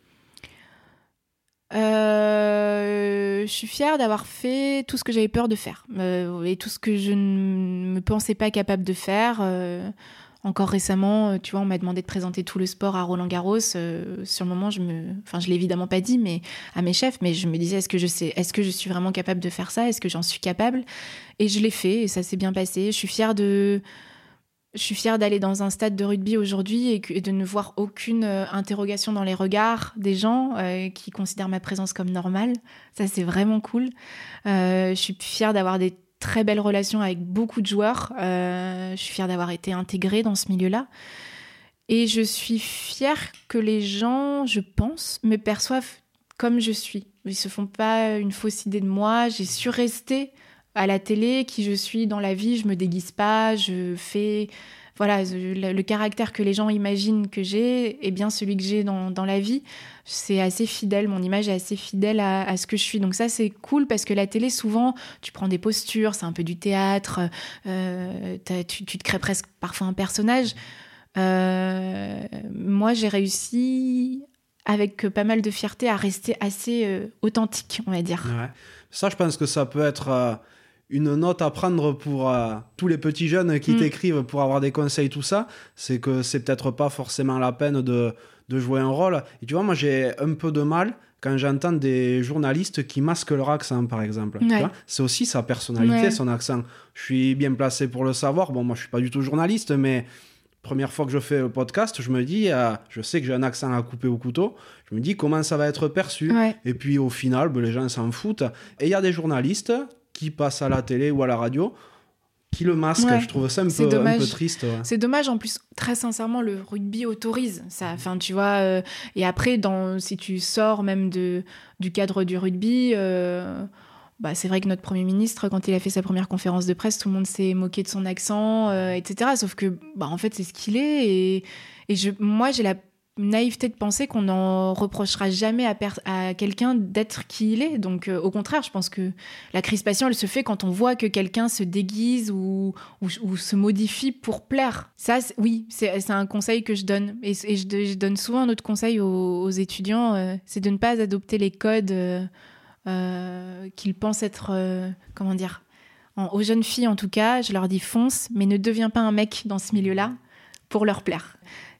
Speaker 1: euh, Je suis fière d'avoir fait tout ce que j'avais peur de faire euh, et tout ce que je ne me pensais pas capable de faire. Euh, encore récemment, tu vois, on m'a demandé de présenter tout le sport à Roland-Garros. Euh, sur le moment, je me, enfin, je l'ai évidemment pas dit, mais à mes chefs, mais je me disais, est-ce que je sais, est-ce que je suis vraiment capable de faire ça ? Est-ce que j'en suis capable ? Et je l'ai fait et ça s'est bien passé. Je suis fière de Je suis fière d'aller dans un stade de rugby aujourd'hui et, que, et de ne voir aucune euh, interrogation dans les regards des gens euh, qui considèrent ma présence comme normale. Ça, c'est vraiment cool. Euh, je suis fière d'avoir des très belles relations avec beaucoup de joueurs. Euh, je suis fière d'avoir été intégrée dans ce milieu-là. Et je suis fière que les gens, je pense, me perçoivent comme je suis. Ils ne se font pas une fausse idée de moi. J'ai su rester... à la télé, qui je suis dans la vie, je me déguise pas, je fais... Voilà, le, le caractère que les gens imaginent que j'ai est bien celui que j'ai dans, dans la vie. C'est assez fidèle, mon image est assez fidèle à, à ce que je suis. Donc ça, c'est cool parce que la télé, souvent, tu prends des postures, c'est un peu du théâtre, euh, tu, tu te crées presque parfois un personnage. Euh, moi, j'ai réussi... avec pas mal de fierté à rester assez euh, authentique, on va dire.
Speaker 2: Ouais. Ça, je pense que ça peut être... Euh... une note à prendre pour euh, tous les petits jeunes qui mmh. t'écrivent pour avoir des conseils, tout ça, c'est que c'est peut-être pas forcément la peine de, de jouer un rôle. Et tu vois, moi, j'ai un peu de mal quand j'entends des journalistes qui masquent leur accent, par exemple.
Speaker 1: Ouais.
Speaker 2: Tu vois, c'est aussi sa personnalité, ouais. son accent. Je suis bien placé pour le savoir. Bon, moi, je suis pas du tout journaliste, mais première fois que je fais le podcast, je me dis, euh, je sais que j'ai un accent à couper au couteau, je me dis comment ça va être perçu.
Speaker 1: Ouais.
Speaker 2: Et puis, au final, ben, les gens s'en foutent. Et il y a des journalistes qui passent à la télé ou à la radio, qui le masquent. Ouais, je trouve ça un peu, un peu triste. Ouais.
Speaker 1: C'est dommage. En plus, très sincèrement, le rugby autorise ça. Enfin, tu vois. Euh, et après, dans, si tu sors même de, du cadre du rugby, euh, bah, c'est vrai que notre Premier ministre, quand il a fait sa première conférence de presse, tout le monde s'est moqué de son accent, euh, et cetera. Sauf que, bah, en fait, c'est ce qu'il est. Et, et je, moi, j'ai la naïveté de penser qu'on n'en reprochera jamais à, per- à quelqu'un d'être qui il est. Donc, euh, au contraire, je pense que la crispation, elle se fait quand on voit que quelqu'un se déguise ou, ou, ou se modifie pour plaire. Ça, c'est, oui, c'est, c'est un conseil que je donne. Et, et je, je donne souvent un autre conseil aux, aux étudiants, euh, c'est de ne pas adopter les codes euh, euh, qu'ils pensent être... Euh, comment dire en, aux jeunes filles, en tout cas, je leur dis fonce, mais ne deviens pas un mec dans ce milieu-là pour leur plaire.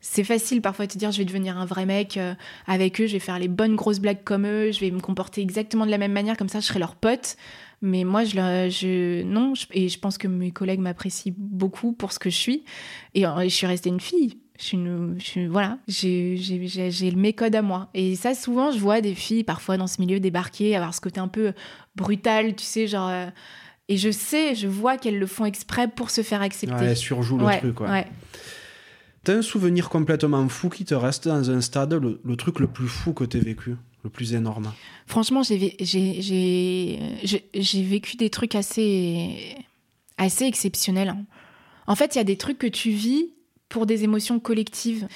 Speaker 1: c'est facile parfois de te dire je vais devenir un vrai mec euh, avec eux, je vais faire les bonnes grosses blagues comme eux, je vais me comporter exactement de la même manière, comme ça je serai leur pote. Mais moi, je, je non, je, et je pense que mes collègues m'apprécient beaucoup pour ce que je suis. Et, et je suis restée une fille. Je suis une, je suis, voilà, j'ai, j'ai, j'ai, j'ai mes codes à moi. Et ça, souvent, je vois des filles, parfois dans ce milieu, débarquer, avoir ce côté un peu brutal, tu sais, genre... Euh, et je sais, je vois qu'elles le font exprès pour se faire accepter.
Speaker 2: Ouais, elles surjouent
Speaker 1: ouais,
Speaker 2: le truc, quoi.
Speaker 1: Ouais.
Speaker 2: T'as un souvenir complètement fou qui te reste dans un stade, le, le truc le plus fou que t'aies vécu, le plus énorme?
Speaker 1: Franchement, j'ai, j'ai, j'ai, j'ai, j'ai vécu des trucs assez, assez exceptionnels. Hein. En fait, il y a des trucs que tu vis pour des émotions collectives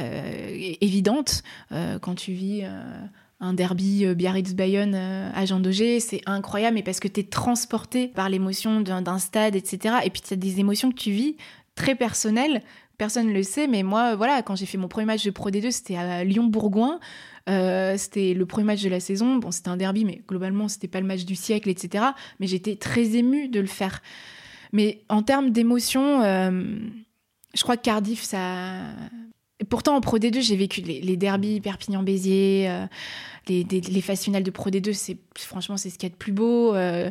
Speaker 1: euh, évidentes. Euh, quand tu vis euh, un derby euh, Biarritz-Bayonne euh, à Jean Daugé, c'est incroyable, mais parce que t'es transporté par l'émotion d'un, d'un stade, et cetera. Et puis, tu as des émotions que tu vis très personnelles. Personne ne le sait, mais moi, voilà, quand j'ai fait mon premier match de Pro D deux, c'était à Lyon-Bourgoin. Euh, c'était le premier match de la saison. Bon, c'était un derby, mais globalement, c'était pas le match du siècle, et cetera. Mais j'étais très émue de le faire. Mais en termes d'émotion, euh, je crois que Cardiff, ça... Et pourtant, en Pro D deux, j'ai vécu les, les derbys Perpignan-Béziers, euh, les, les, les phases finales de Pro D deux, c'est, franchement, c'est ce qu'il y a de plus beau. Euh,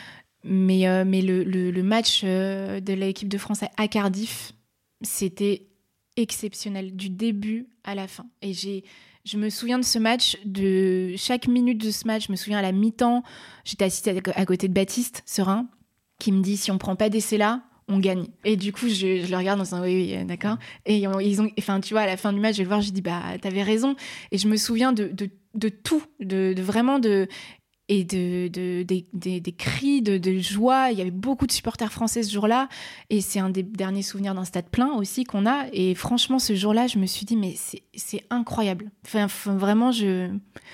Speaker 1: mais, euh, mais le, le, le match euh, de l'équipe de France à Cardiff... C'était exceptionnel, du début à la fin. Et j'ai, je me souviens de ce match, de chaque minute de ce match, je me souviens à la mi-temps, j'étais assise à côté de Baptiste Serin, qui me dit, si on prend pas d'essai là, on gagne. Et du coup, je, je le regarde en disant, oui, oui, d'accord. Et ils ont, enfin, tu vois, à la fin du match, je vais le voir, je dis, bah, t'avais raison. Et je me souviens de, de, de tout, de, de vraiment de... et de, de, de, de, des cris de, de joie. Il y avait beaucoup de supporters français ce jour-là, et c'est un des derniers souvenirs d'un stade plein aussi qu'on a, et franchement, ce jour-là, je me suis dit, mais c'est, c'est incroyable. Enfin, vraiment, je,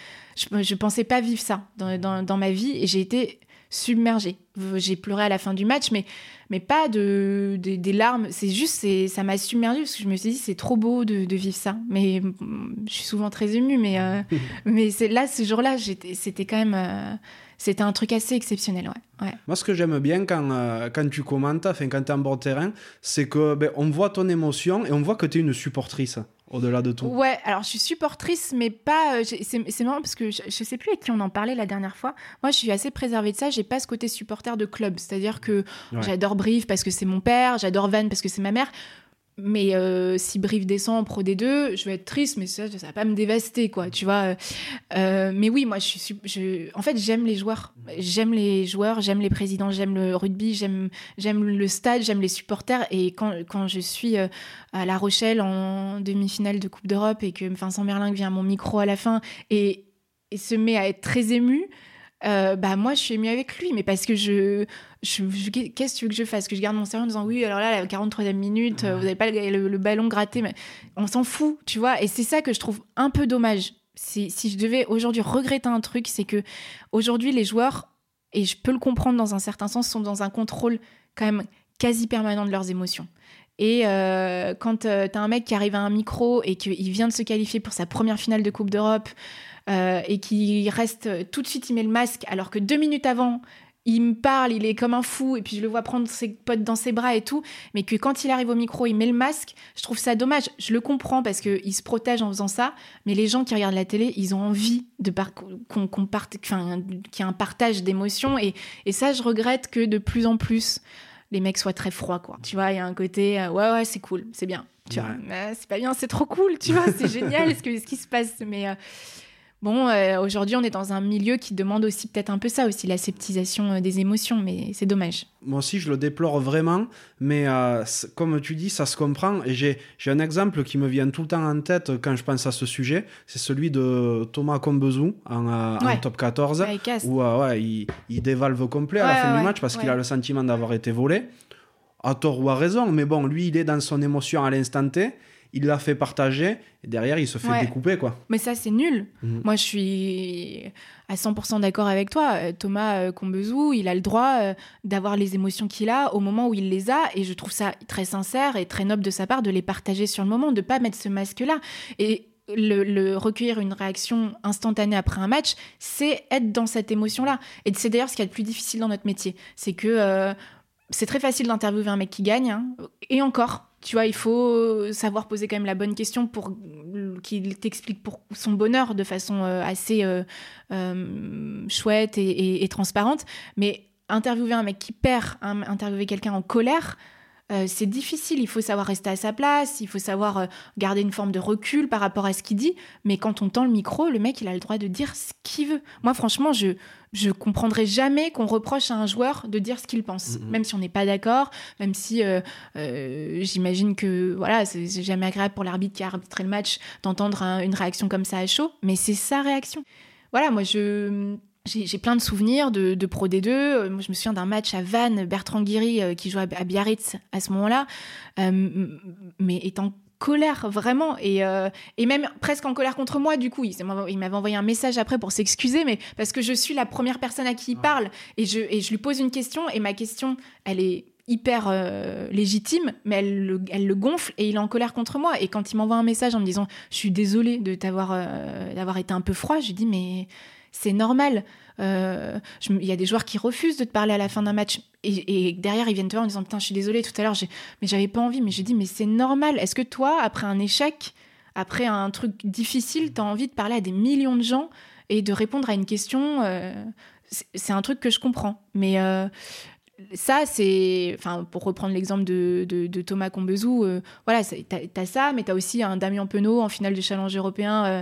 Speaker 1: je, je pensais pas vivre ça dans, dans, dans ma vie, et j'ai été submergée. J'ai pleuré à la fin du match, mais, mais pas de, de, des larmes, c'est juste, c'est, ça m'a submergée, parce que je me suis dit, c'est trop beau de, de vivre ça. Mais je suis souvent très émue, mais, euh, mais c'est, là, ce jour-là, j'étais, c'était quand même... Euh, c'était un truc assez exceptionnel, ouais. ouais.
Speaker 2: Moi, ce que j'aime bien quand, euh, quand tu commentes, enfin, quand tu es en bord terrain, c'est que ben, on voit ton émotion et on voit que tu es une supportrice, au-delà de tout.
Speaker 1: Ouais, alors je suis supportrice, mais pas... Euh, c'est, c'est marrant parce que je, je sais plus avec qui on en parlait la dernière fois. Moi, je suis assez préservée de ça. J'ai pas ce côté supporter de club. C'est-à-dire que ouais. j'adore Brive parce que c'est mon père, j'adore Vannes parce que c'est ma mère. Mais euh, si Brive descend en Pro D deux, je vais être triste, mais ça, ça va pas me dévaster, quoi, tu vois. Euh, mais oui, moi, je suis, je, en fait, j'aime les joueurs. J'aime les joueurs, j'aime les présidents, j'aime le rugby, j'aime, j'aime le stade, j'aime les supporters. Et quand, quand je suis euh, à La Rochelle en demi-finale de Coupe d'Europe et que Vincent Merlinck vient à mon micro à la fin et, et se met à être très ému, Euh, bah moi je suis émue avec lui, mais parce que je, je, je qu'est-ce que tu veux que je fasse, que je garde mon sérieux en disant oui alors là la quarante-troisième minute vous n'avez pas le, le, le ballon gratté, mais on s'en fout, tu vois. Et c'est ça que je trouve un peu dommage. Si, si je devais aujourd'hui regretter un truc, c'est que aujourd'hui les joueurs, et je peux le comprendre dans un certain sens, sont dans un contrôle quand même quasi permanent de leurs émotions. Et euh, quand euh, t'as un mec qui arrive à un micro et qu'il vient de se qualifier pour sa première finale de Coupe d'Europe, Euh, et qui reste tout de suite, il met le masque, alors que deux minutes avant, il me parle, il est comme un fou, et puis je le vois prendre ses potes dans ses bras et tout, mais que quand il arrive au micro, il met le masque, je trouve ça dommage. Je le comprends parce qu'il se protège en faisant ça, mais les gens qui regardent la télé, ils ont envie de par- qu'on, qu'on parte, enfin, qu'il y ait un partage d'émotions, et, et ça, je regrette que de plus en plus, les mecs soient très froids, quoi. Tu vois, il y a un côté, euh, ouais, ouais, c'est cool, c'est bien, tu ouais. vois, mais c'est pas bien, c'est trop cool, tu vois, c'est génial ce, que, ce qui se passe, mais... Euh, Bon, euh, aujourd'hui, on est dans un milieu qui demande aussi peut-être un peu ça, aussi l'aseptisation euh, des émotions, mais c'est dommage.
Speaker 2: Moi aussi, je le déplore vraiment, mais euh, comme tu dis, ça se comprend. Et j'ai, j'ai un exemple qui me vient tout le temps en tête quand je pense à ce sujet, c'est celui de Thomas Combezou en, euh, ouais. en top quatorze, ouais, où euh, ouais, il, il dévalve complet à ouais, la fin ouais, du match parce ouais. qu'il a le sentiment d'avoir été volé, à tort ou à raison, mais bon, lui, il est dans son émotion à l'instant T. Il l'a fait partager, et derrière, il se fait ouais. découper, quoi.
Speaker 1: Mais ça, c'est nul. Mmh. Moi, je suis à cent pour cent d'accord avec toi. Thomas Combezou, il a le droit d'avoir les émotions qu'il a au moment où il les a, et je trouve ça très sincère et très noble de sa part de les partager sur le moment, de ne pas mettre ce masque-là. Et le, le recueillir une réaction instantanée après un match, c'est être dans cette émotion-là. Et c'est d'ailleurs ce qu'il y a de plus difficile dans notre métier. C'est que... Euh, c'est très facile d'interviewer un mec qui gagne, hein, et encore... Tu vois, il faut savoir poser quand même la bonne question pour qu'il t'explique pour son bonheur de façon euh, assez euh, euh, chouette et, et, et transparente. Mais interviewer un mec qui perd, un, interviewer quelqu'un en colère, euh, c'est difficile. Il faut savoir rester à sa place, il faut savoir euh, garder une forme de recul par rapport à ce qu'il dit. Mais quand on tend le micro, le mec, il a le droit de dire ce qu'il veut. Moi, franchement, je je comprendrai jamais qu'on reproche à un joueur de dire ce qu'il pense, mmh. même si on n'est pas d'accord, même si euh, euh, j'imagine que voilà, c'est, c'est jamais agréable pour l'arbitre qui a arbitré le match d'entendre un, une réaction comme ça à chaud, mais c'est sa réaction. Voilà, moi je... J'ai, j'ai plein de souvenirs de, de Pro D deux. Moi, je me souviens d'un match à Vannes, Bertrand Guiry, euh, qui jouait à, à Biarritz à ce moment-là, euh, mais étant colère, vraiment, et, euh, et même presque en colère contre moi, du coup. Il, il m'avait envoyé un message après pour s'excuser, mais parce que je suis la première personne à qui il parle, et je, et je lui pose une question, et ma question, elle est hyper euh, légitime, mais elle le, elle le gonfle, et il est en colère contre moi. Et quand il m'envoie un message en me disant « Je suis désolée de t'avoir, euh, d'avoir été un peu froid », je lui dis « Mais... » c'est normal. Il euh, y a des joueurs qui refusent de te parler à la fin d'un match. Et, et derrière, ils viennent te voir en disant « Putain, je suis désolée, tout à l'heure, j'ai... mais j'avais pas envie. » Mais je dis « Mais c'est normal. Est-ce que toi, après un échec, après un truc difficile, t'as envie de parler à des millions de gens et de répondre à une question euh, c'est, c'est un truc que je comprends. Mais... Euh, ça, c'est... Enfin, pour reprendre l'exemple de, de, de Thomas Combezou, euh, voilà, c'est, t'as, t'as ça, mais t'as aussi un Damien Penaud en finale de Challenge européen euh,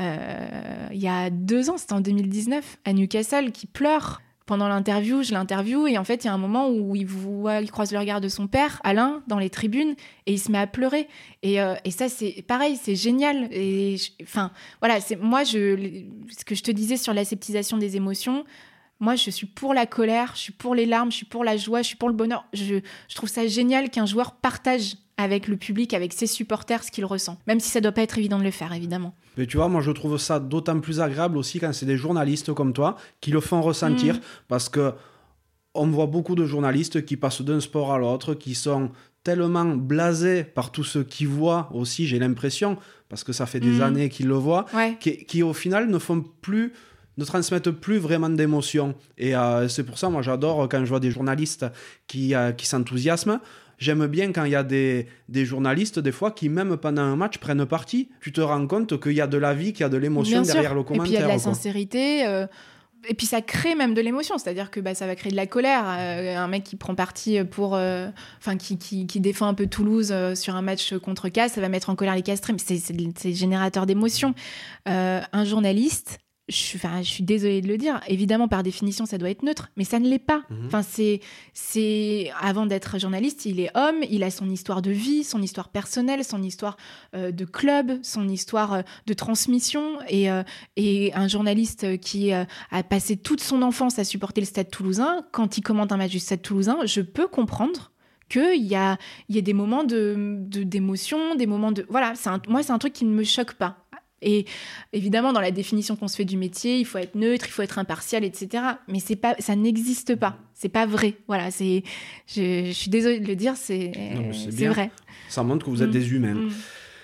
Speaker 1: euh, il y a deux ans, c'était en deux mille dix-neuf, à Newcastle, qui pleure. Pendant l'interview, je l'interviewe, et en fait, il y a un moment où il, voit, il croise le regard de son père, Alain, dans les tribunes, et il se met à pleurer. Et, euh, et ça, c'est pareil, c'est génial. Et enfin, voilà, c'est, moi, je, ce que je te disais sur l'aseptisation des émotions... Moi, je suis pour la colère, je suis pour les larmes, je suis pour la joie, je suis pour le bonheur. Je, je trouve ça génial qu'un joueur partage avec le public, avec ses supporters, ce qu'il ressent. Même si ça ne doit pas être évident de le faire, évidemment.
Speaker 2: Mais tu vois, moi, je trouve ça d'autant plus agréable aussi quand c'est des journalistes comme toi qui le font ressentir. Mmh. Parce que on voit beaucoup de journalistes qui passent d'un sport à l'autre, qui sont tellement blasés par tout ce qu'ils voient aussi, j'ai l'impression, parce que ça fait des mmh. années qu'ils le voient,
Speaker 1: ouais.
Speaker 2: qui, qui au final ne font plus... ne transmettent plus vraiment d'émotions. Et euh, c'est pour ça, moi, j'adore quand je vois des journalistes qui, euh, qui s'enthousiasment. J'aime bien quand il y a des, des journalistes, des fois, qui, même pendant un match, prennent parti. Tu te rends compte qu'il y a de la vie, qu'il y a de l'émotion bien derrière sûr. Le commentaire.
Speaker 1: Et puis, il y a de la
Speaker 2: quoi.
Speaker 1: sincérité. Euh... Et puis, ça crée même de l'émotion. C'est-à-dire que bah, ça va créer de la colère. Euh, un mec qui prend parti pour... Euh... Enfin, qui, qui, qui défend un peu Toulouse euh, sur un match contre Castres, ça va mettre en colère les Castrés. C'est, c'est, c'est générateur d'émotions. Euh, un journaliste... Je suis, enfin, je suis désolée de le dire. Évidemment, par définition, ça doit être neutre, mais ça ne l'est pas. Mmh. Enfin, c'est, c'est, avant d'être journaliste, il est homme, il a son histoire de vie, son histoire personnelle, son histoire euh, de club, son histoire euh, de transmission. Et, euh, et un journaliste qui euh, a passé toute son enfance à supporter le Stade Toulousain, quand il commente un match du Stade Toulousain, je peux comprendre qu'il y a, il y a des moments de, de, d'émotion, des moments de... Voilà, c'est un, moi, c'est un truc qui ne me choque pas. Et évidemment, dans la définition qu'on se fait du métier, il faut être neutre, il faut être impartial, et cetera. Mais c'est pas, ça n'existe pas. C'est pas vrai. Voilà, c'est, je, je suis désolée de le dire, c'est, non, c'est, c'est vrai.
Speaker 2: Ça montre que vous êtes mmh. des humains. Mmh.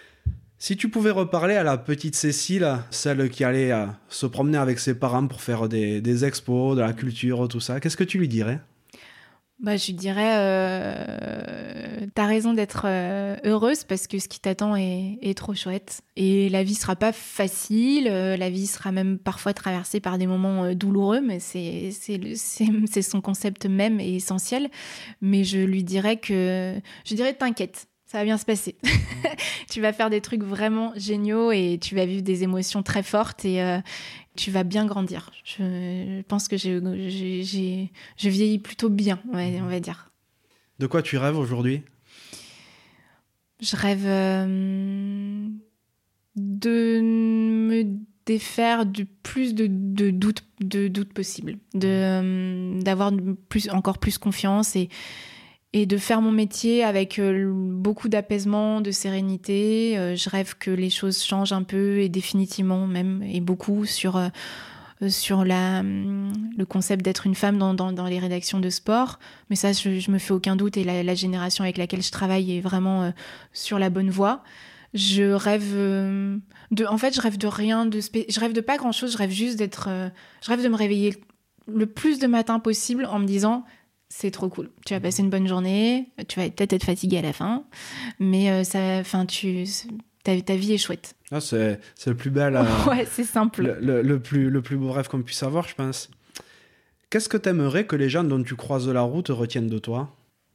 Speaker 2: Si tu pouvais reparler à la petite Cécile, celle qui allait euh, se promener avec ses parents pour faire des, des expos, de la culture, tout ça, qu'est-ce que tu lui dirais ?
Speaker 1: Bah, je lui dirais, euh, t'as raison d'être euh, heureuse parce que ce qui t'attend est, est trop chouette. Et la vie sera pas facile, euh, la vie sera même parfois traversée par des moments euh, douloureux, mais c'est, c'est, c'est, c'est son concept même et essentiel. Mais je lui dirais que, je lui dirais t'inquiète. Ça va bien se passer. Tu vas faire des trucs vraiment géniaux et tu vas vivre des émotions très fortes et euh, tu vas bien grandir. Je pense que j'ai, j'ai, j'ai, je vieillis plutôt bien, on va dire.
Speaker 2: De quoi tu rêves aujourd'hui ?
Speaker 1: Je rêve euh, de me défaire du plus de, de doutes de doutes possible, de, euh, d'avoir plus, encore plus confiance et Et de faire mon métier avec euh, beaucoup d'apaisement, de sérénité. Euh, je rêve que les choses changent un peu et définitivement même, et beaucoup, sur, euh, sur la, le concept d'être une femme dans, dans, dans les rédactions de sport. Mais ça, je, je me fais aucun doute et la, la génération avec laquelle je travaille est vraiment euh, sur la bonne voie. Je rêve euh, de... En fait, je rêve de rien de spé... Je rêve de pas grand-chose, je rêve juste d'être... Euh, je rêve de me réveiller le plus de matins possible en me disant... c'est trop cool. Tu vas passer une bonne journée, tu vas peut-être être fatigué à la fin, mais euh, ça, enfin, tu, ta, ta vie est chouette.
Speaker 2: Ah, c'est, c'est le plus bel... Euh,
Speaker 1: ouais, c'est simple.
Speaker 2: Le, le, le, plus, le plus beau rêve qu'on puisse avoir, je pense. Qu'est-ce que t'aimerais que les gens dont tu croises la route retiennent de toi ?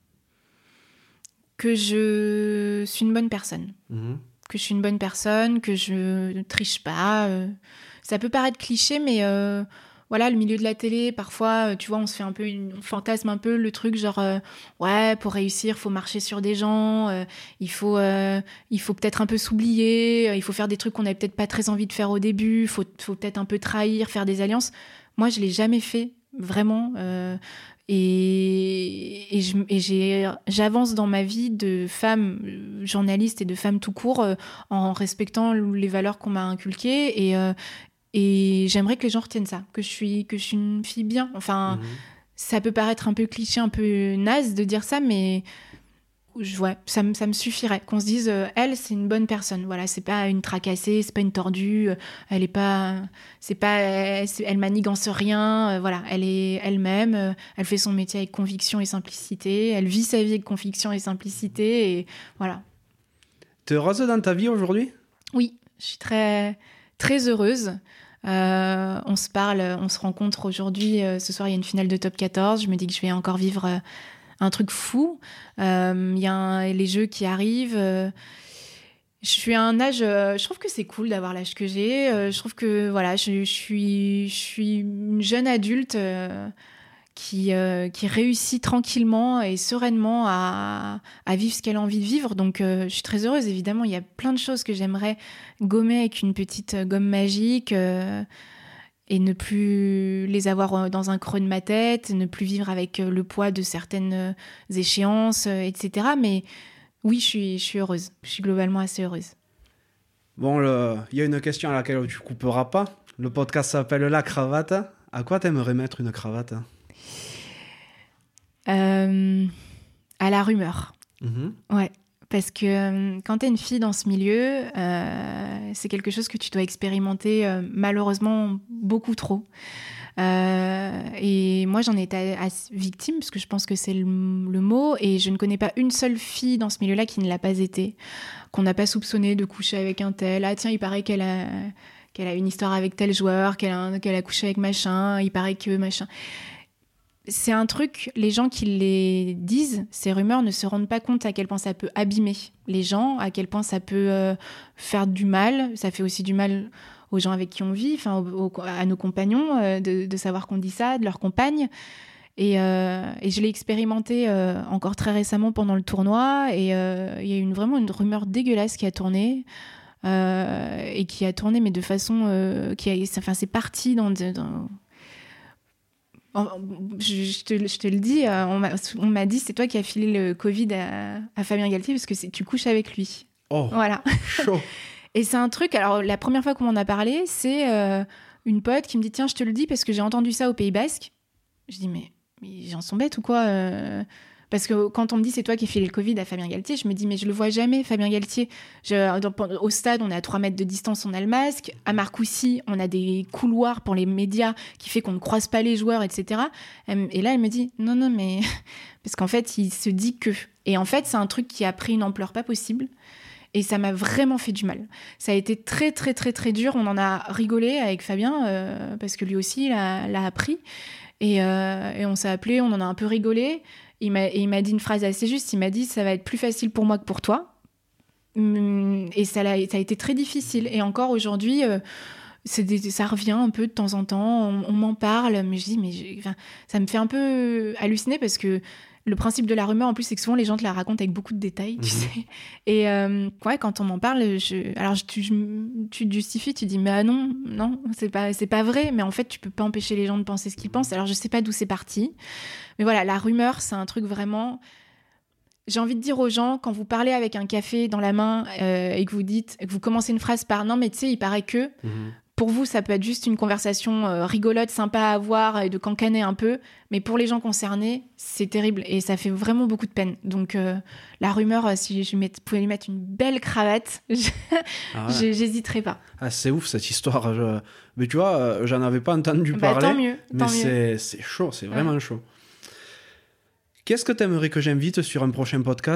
Speaker 1: Que je suis une bonne personne. Mmh. Que je suis une bonne personne, que je ne triche pas. Euh, ça peut paraître cliché, mais... Euh, Voilà, le milieu de la télé, parfois, tu vois, on se fait un peu, une, on fantasme un peu le truc genre, euh, ouais, pour réussir, faut marcher sur des gens, euh, il faut, euh, il faut peut-être un peu s'oublier, euh, il faut faire des trucs qu'on n'avait peut-être pas très envie de faire au début, faut, faut peut-être un peu trahir, faire des alliances. Moi, je l'ai jamais fait, vraiment. Euh, et, et, je, et j'ai, j'avance dans ma vie de femme journaliste et de femme tout court euh, en respectant les valeurs qu'on m'a inculquées et euh, Et j'aimerais que les gens retiennent ça, que je suis, que je suis une fille bien. Enfin, mmh. ça peut paraître un peu cliché, un peu naze de dire ça, mais je, ouais, ça, me, ça me suffirait. Qu'on se dise, euh, elle, c'est une bonne personne. Voilà, c'est pas une tracassée, c'est pas une tordue. Euh, elle est pas, c'est pas, elle, elle manigance rien. Euh, voilà, elle est elle-même. Euh, elle fait son métier avec conviction et simplicité. Elle vit sa vie avec conviction et simplicité. Et voilà.
Speaker 2: T'es heureuse dans ta vie aujourd'hui ?
Speaker 1: Oui, je suis très, très heureuse. Euh, on se parle, on se rencontre aujourd'hui. Euh, ce soir, il y a une finale de top quatorze. Je me dis que je vais encore vivre euh, un truc fou. Il euh, y a un, les jeux qui arrivent. Euh, je suis à un âge... Euh, je trouve que c'est cool d'avoir l'âge que j'ai. Euh, je trouve que voilà, je, je, suis, je suis une jeune adulte euh, qui, euh, qui réussit tranquillement et sereinement à, à vivre ce qu'elle a envie de vivre. Donc, euh, je suis très heureuse, évidemment. Il y a plein de choses que j'aimerais gommer avec une petite gomme magique euh, et ne plus les avoir dans un creux de ma tête, ne plus vivre avec le poids de certaines échéances, et cetera. Mais oui, je suis, je suis heureuse. Je suis globalement assez heureuse.
Speaker 2: Bon, il y a une question à laquelle tu ne couperas pas. Le podcast s'appelle La Cravate. À quoi t'aimerais mettre une cravate ?
Speaker 1: Euh, à la rumeur.
Speaker 2: Mmh.
Speaker 1: Ouais, parce que euh, quand t'es une fille dans ce milieu, euh, c'est quelque chose que tu dois expérimenter euh, malheureusement beaucoup trop. Euh, et moi, j'en ai été victime, parce que je pense que c'est le, le mot, et je ne connais pas une seule fille dans ce milieu-là qui ne l'a pas été, qu'on n'a pas soupçonné de coucher avec un tel. Ah tiens, il paraît qu'elle a, qu'elle a une histoire avec tel joueur, qu'elle a, qu'elle a couché avec machin, il paraît que machin... C'est un truc, les gens qui les disent, ces rumeurs, ne se rendent pas compte à quel point ça peut abîmer les gens, à quel point ça peut euh, faire du mal. Ça fait aussi du mal aux gens avec qui on vit, enfin, au, au, à nos compagnons, euh, de, de savoir qu'on dit ça, de leurs compagnes. Et, euh, et je l'ai expérimenté euh, encore très récemment pendant le tournoi. Et euh, il y a une, vraiment une rumeur dégueulasse qui a tourné. Euh, et qui a tourné, mais de façon... Euh, qui a, enfin, c'est parti dans... dans Je, je, te, je te le dis, on m'a, on m'a dit c'est toi qui as filé le Covid à, à Fabien Galtier parce que c'est, tu couches avec lui.
Speaker 2: Oh,
Speaker 1: voilà.
Speaker 2: Chaud.
Speaker 1: Et c'est un truc, alors la première fois qu'on m'en a parlé, c'est euh, une pote qui me dit tiens, je te le dis parce que j'ai entendu ça au Pays Basque. Je dis mais, mais j'en sont bêtes ou quoi euh... Parce que quand on me dit c'est toi qui as filé le Covid à Fabien Galtier, je me dis mais je le vois jamais, Fabien Galtier. Je, dans, au stade, on est à trois mètres de distance, on a le masque. À Marcoussis, on a des couloirs pour les médias qui fait qu'on ne croise pas les joueurs, et cetera. Et là, elle me dit non, non, mais... Parce qu'en fait, il se dit que... Et en fait, c'est un truc qui a pris une ampleur pas possible. Et ça m'a vraiment fait du mal. Ça a été très, très, très, très dur. On en a rigolé avec Fabien, euh, parce que lui aussi l'a, l'a appris. Et, euh, et on s'est appelé, on en a un peu rigolé. Il m'a, et il m'a dit une phrase assez juste. Il m'a dit « ça va être plus facile pour moi que pour toi ». Et ça, l'a, ça a été très difficile. Et encore aujourd'hui, euh, c'est des, ça revient un peu de temps en temps. On, on m'en parle, mais je dis « mais je, enfin, ça me fait un peu halluciner parce que le principe de la rumeur, en plus, c'est que souvent les gens te la racontent avec beaucoup de détails, tu mmh. sais. Et euh, ouais, quand on m'en parle, je, alors je, tu, je, tu te justifies, tu dis mais ah non, non, c'est pas, c'est pas vrai. Mais en fait, tu peux pas empêcher les gens de penser ce qu'ils pensent. Alors je sais pas d'où c'est parti, mais voilà, la rumeur, c'est un truc vraiment. J'ai envie de dire aux gens, quand vous parlez avec un café dans la main euh, et que vous dites, que vous commencez une phrase par non, mais tu sais, il paraît que. Mmh. Pour vous, ça peut être juste une conversation euh, rigolote, sympa à avoir et de cancaner un peu. Mais pour les gens concernés, c'est terrible et ça fait vraiment beaucoup de peine. Donc, euh, la rumeur, si je met, pouvais lui mettre une belle cravate, je, ah ouais. j'hésiterais pas.
Speaker 2: Ah, c'est ouf cette histoire. Je... Mais tu vois, j'en avais pas entendu
Speaker 1: bah,
Speaker 2: parler.
Speaker 1: Tant mieux.
Speaker 2: Mais
Speaker 1: tant
Speaker 2: c'est,
Speaker 1: mieux.
Speaker 2: c'est chaud, c'est vraiment ouais. chaud. Qu'est-ce que tu aimerais que j'invite sur un prochain podcast ?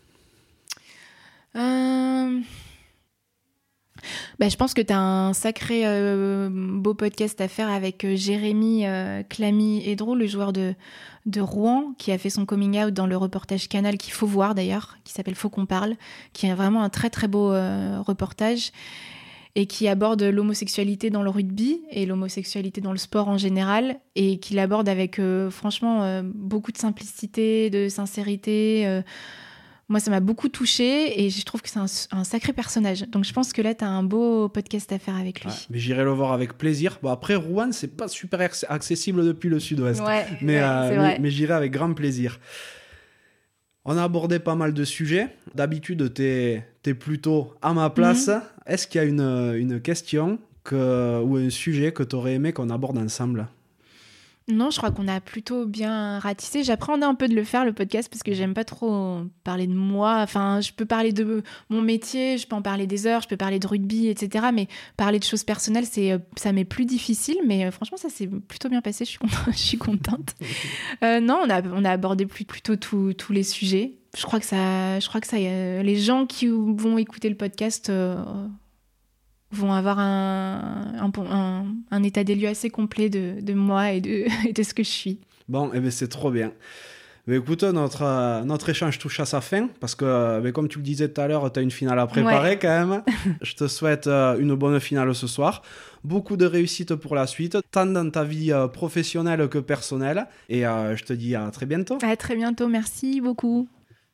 Speaker 1: euh... bah, Je pense que tu as un sacré euh, beau podcast à faire avec euh, Jérémy euh, Clamy-Hédro, le joueur de, de Rouen, qui a fait son coming out dans le reportage Canal, qu'il faut voir d'ailleurs, qui s'appelle Faut qu'on parle, qui est vraiment un très très beau euh, reportage et qui aborde l'homosexualité dans le rugby et l'homosexualité dans le sport en général, et qui l'aborde avec euh, franchement euh, beaucoup de simplicité, de sincérité. Euh, moi, ça m'a beaucoup touchée et je trouve que c'est un, un sacré personnage. Donc je pense que là, tu as un beau podcast à faire avec lui.
Speaker 2: Ouais, mais j'irai le voir avec plaisir. Bon, après, Rouen, c'est pas super accessible depuis le sud-ouest.
Speaker 1: Ouais,
Speaker 2: mais,
Speaker 1: ouais,
Speaker 2: euh,
Speaker 1: c'est
Speaker 2: mais,
Speaker 1: vrai.
Speaker 2: mais j'irai avec grand plaisir. On a abordé pas mal de sujets. D'habitude, t'es, t'es plutôt à ma place. Mm-hmm. Est-ce qu'il y a une, une question que, ou un sujet que tu aurais aimé qu'on aborde ensemble ?
Speaker 1: Non, je crois qu'on a plutôt bien ratissé. J'appréhendais un peu de le faire, le podcast, parce que j'aime pas trop parler de moi. Enfin, je peux parler de mon métier, je peux en parler des heures, je peux parler de rugby, et cetera. Mais parler de choses personnelles, c'est, ça m'est plus difficile. Mais franchement, ça s'est plutôt bien passé. Je suis contente. je suis contente. Euh, non, on a, on a abordé plus, plutôt tous les sujets. Je crois que ça, je crois que ça, euh, les gens qui vont écouter le podcast euh, vont avoir un, un, un, un état des lieux assez complet de, de moi et de, et de ce que je suis.
Speaker 2: Bon, eh bien, c'est trop bien. Mais écoute, notre, euh, notre échange touche à sa fin, parce que, euh, comme tu le disais tout à l'heure, tu as une finale à préparer ouais. quand même. Je te souhaite euh, une bonne finale ce soir. Beaucoup de réussite pour la suite, tant dans ta vie euh, professionnelle que personnelle. Et euh, je te dis à très bientôt.
Speaker 1: À très bientôt, merci beaucoup.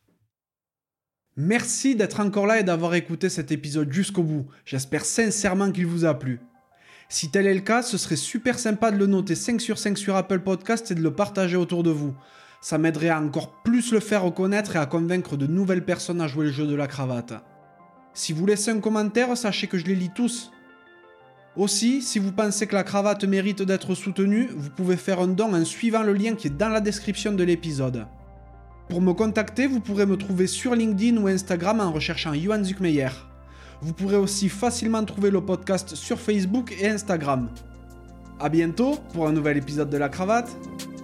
Speaker 2: Merci d'être encore là et d'avoir écouté cet épisode jusqu'au bout. J'espère sincèrement qu'il vous a plu. Si tel est le cas, ce serait super sympa de le noter cinq sur cinq sur Apple Podcast et de le partager autour de vous. Ça m'aiderait à encore plus le faire reconnaître et à convaincre de nouvelles personnes à jouer le jeu de la cravate. Si vous laissez un commentaire, sachez que je les lis tous. Aussi, si vous pensez que la cravate mérite d'être soutenue, vous pouvez faire un don en suivant le lien qui est dans la description de l'épisode. Pour me contacter, vous pourrez me trouver sur LinkedIn ou Instagram en recherchant Johan Zuckmeyer. Vous pourrez aussi facilement trouver le podcast sur Facebook et Instagram. À bientôt pour un nouvel épisode de La Cravate.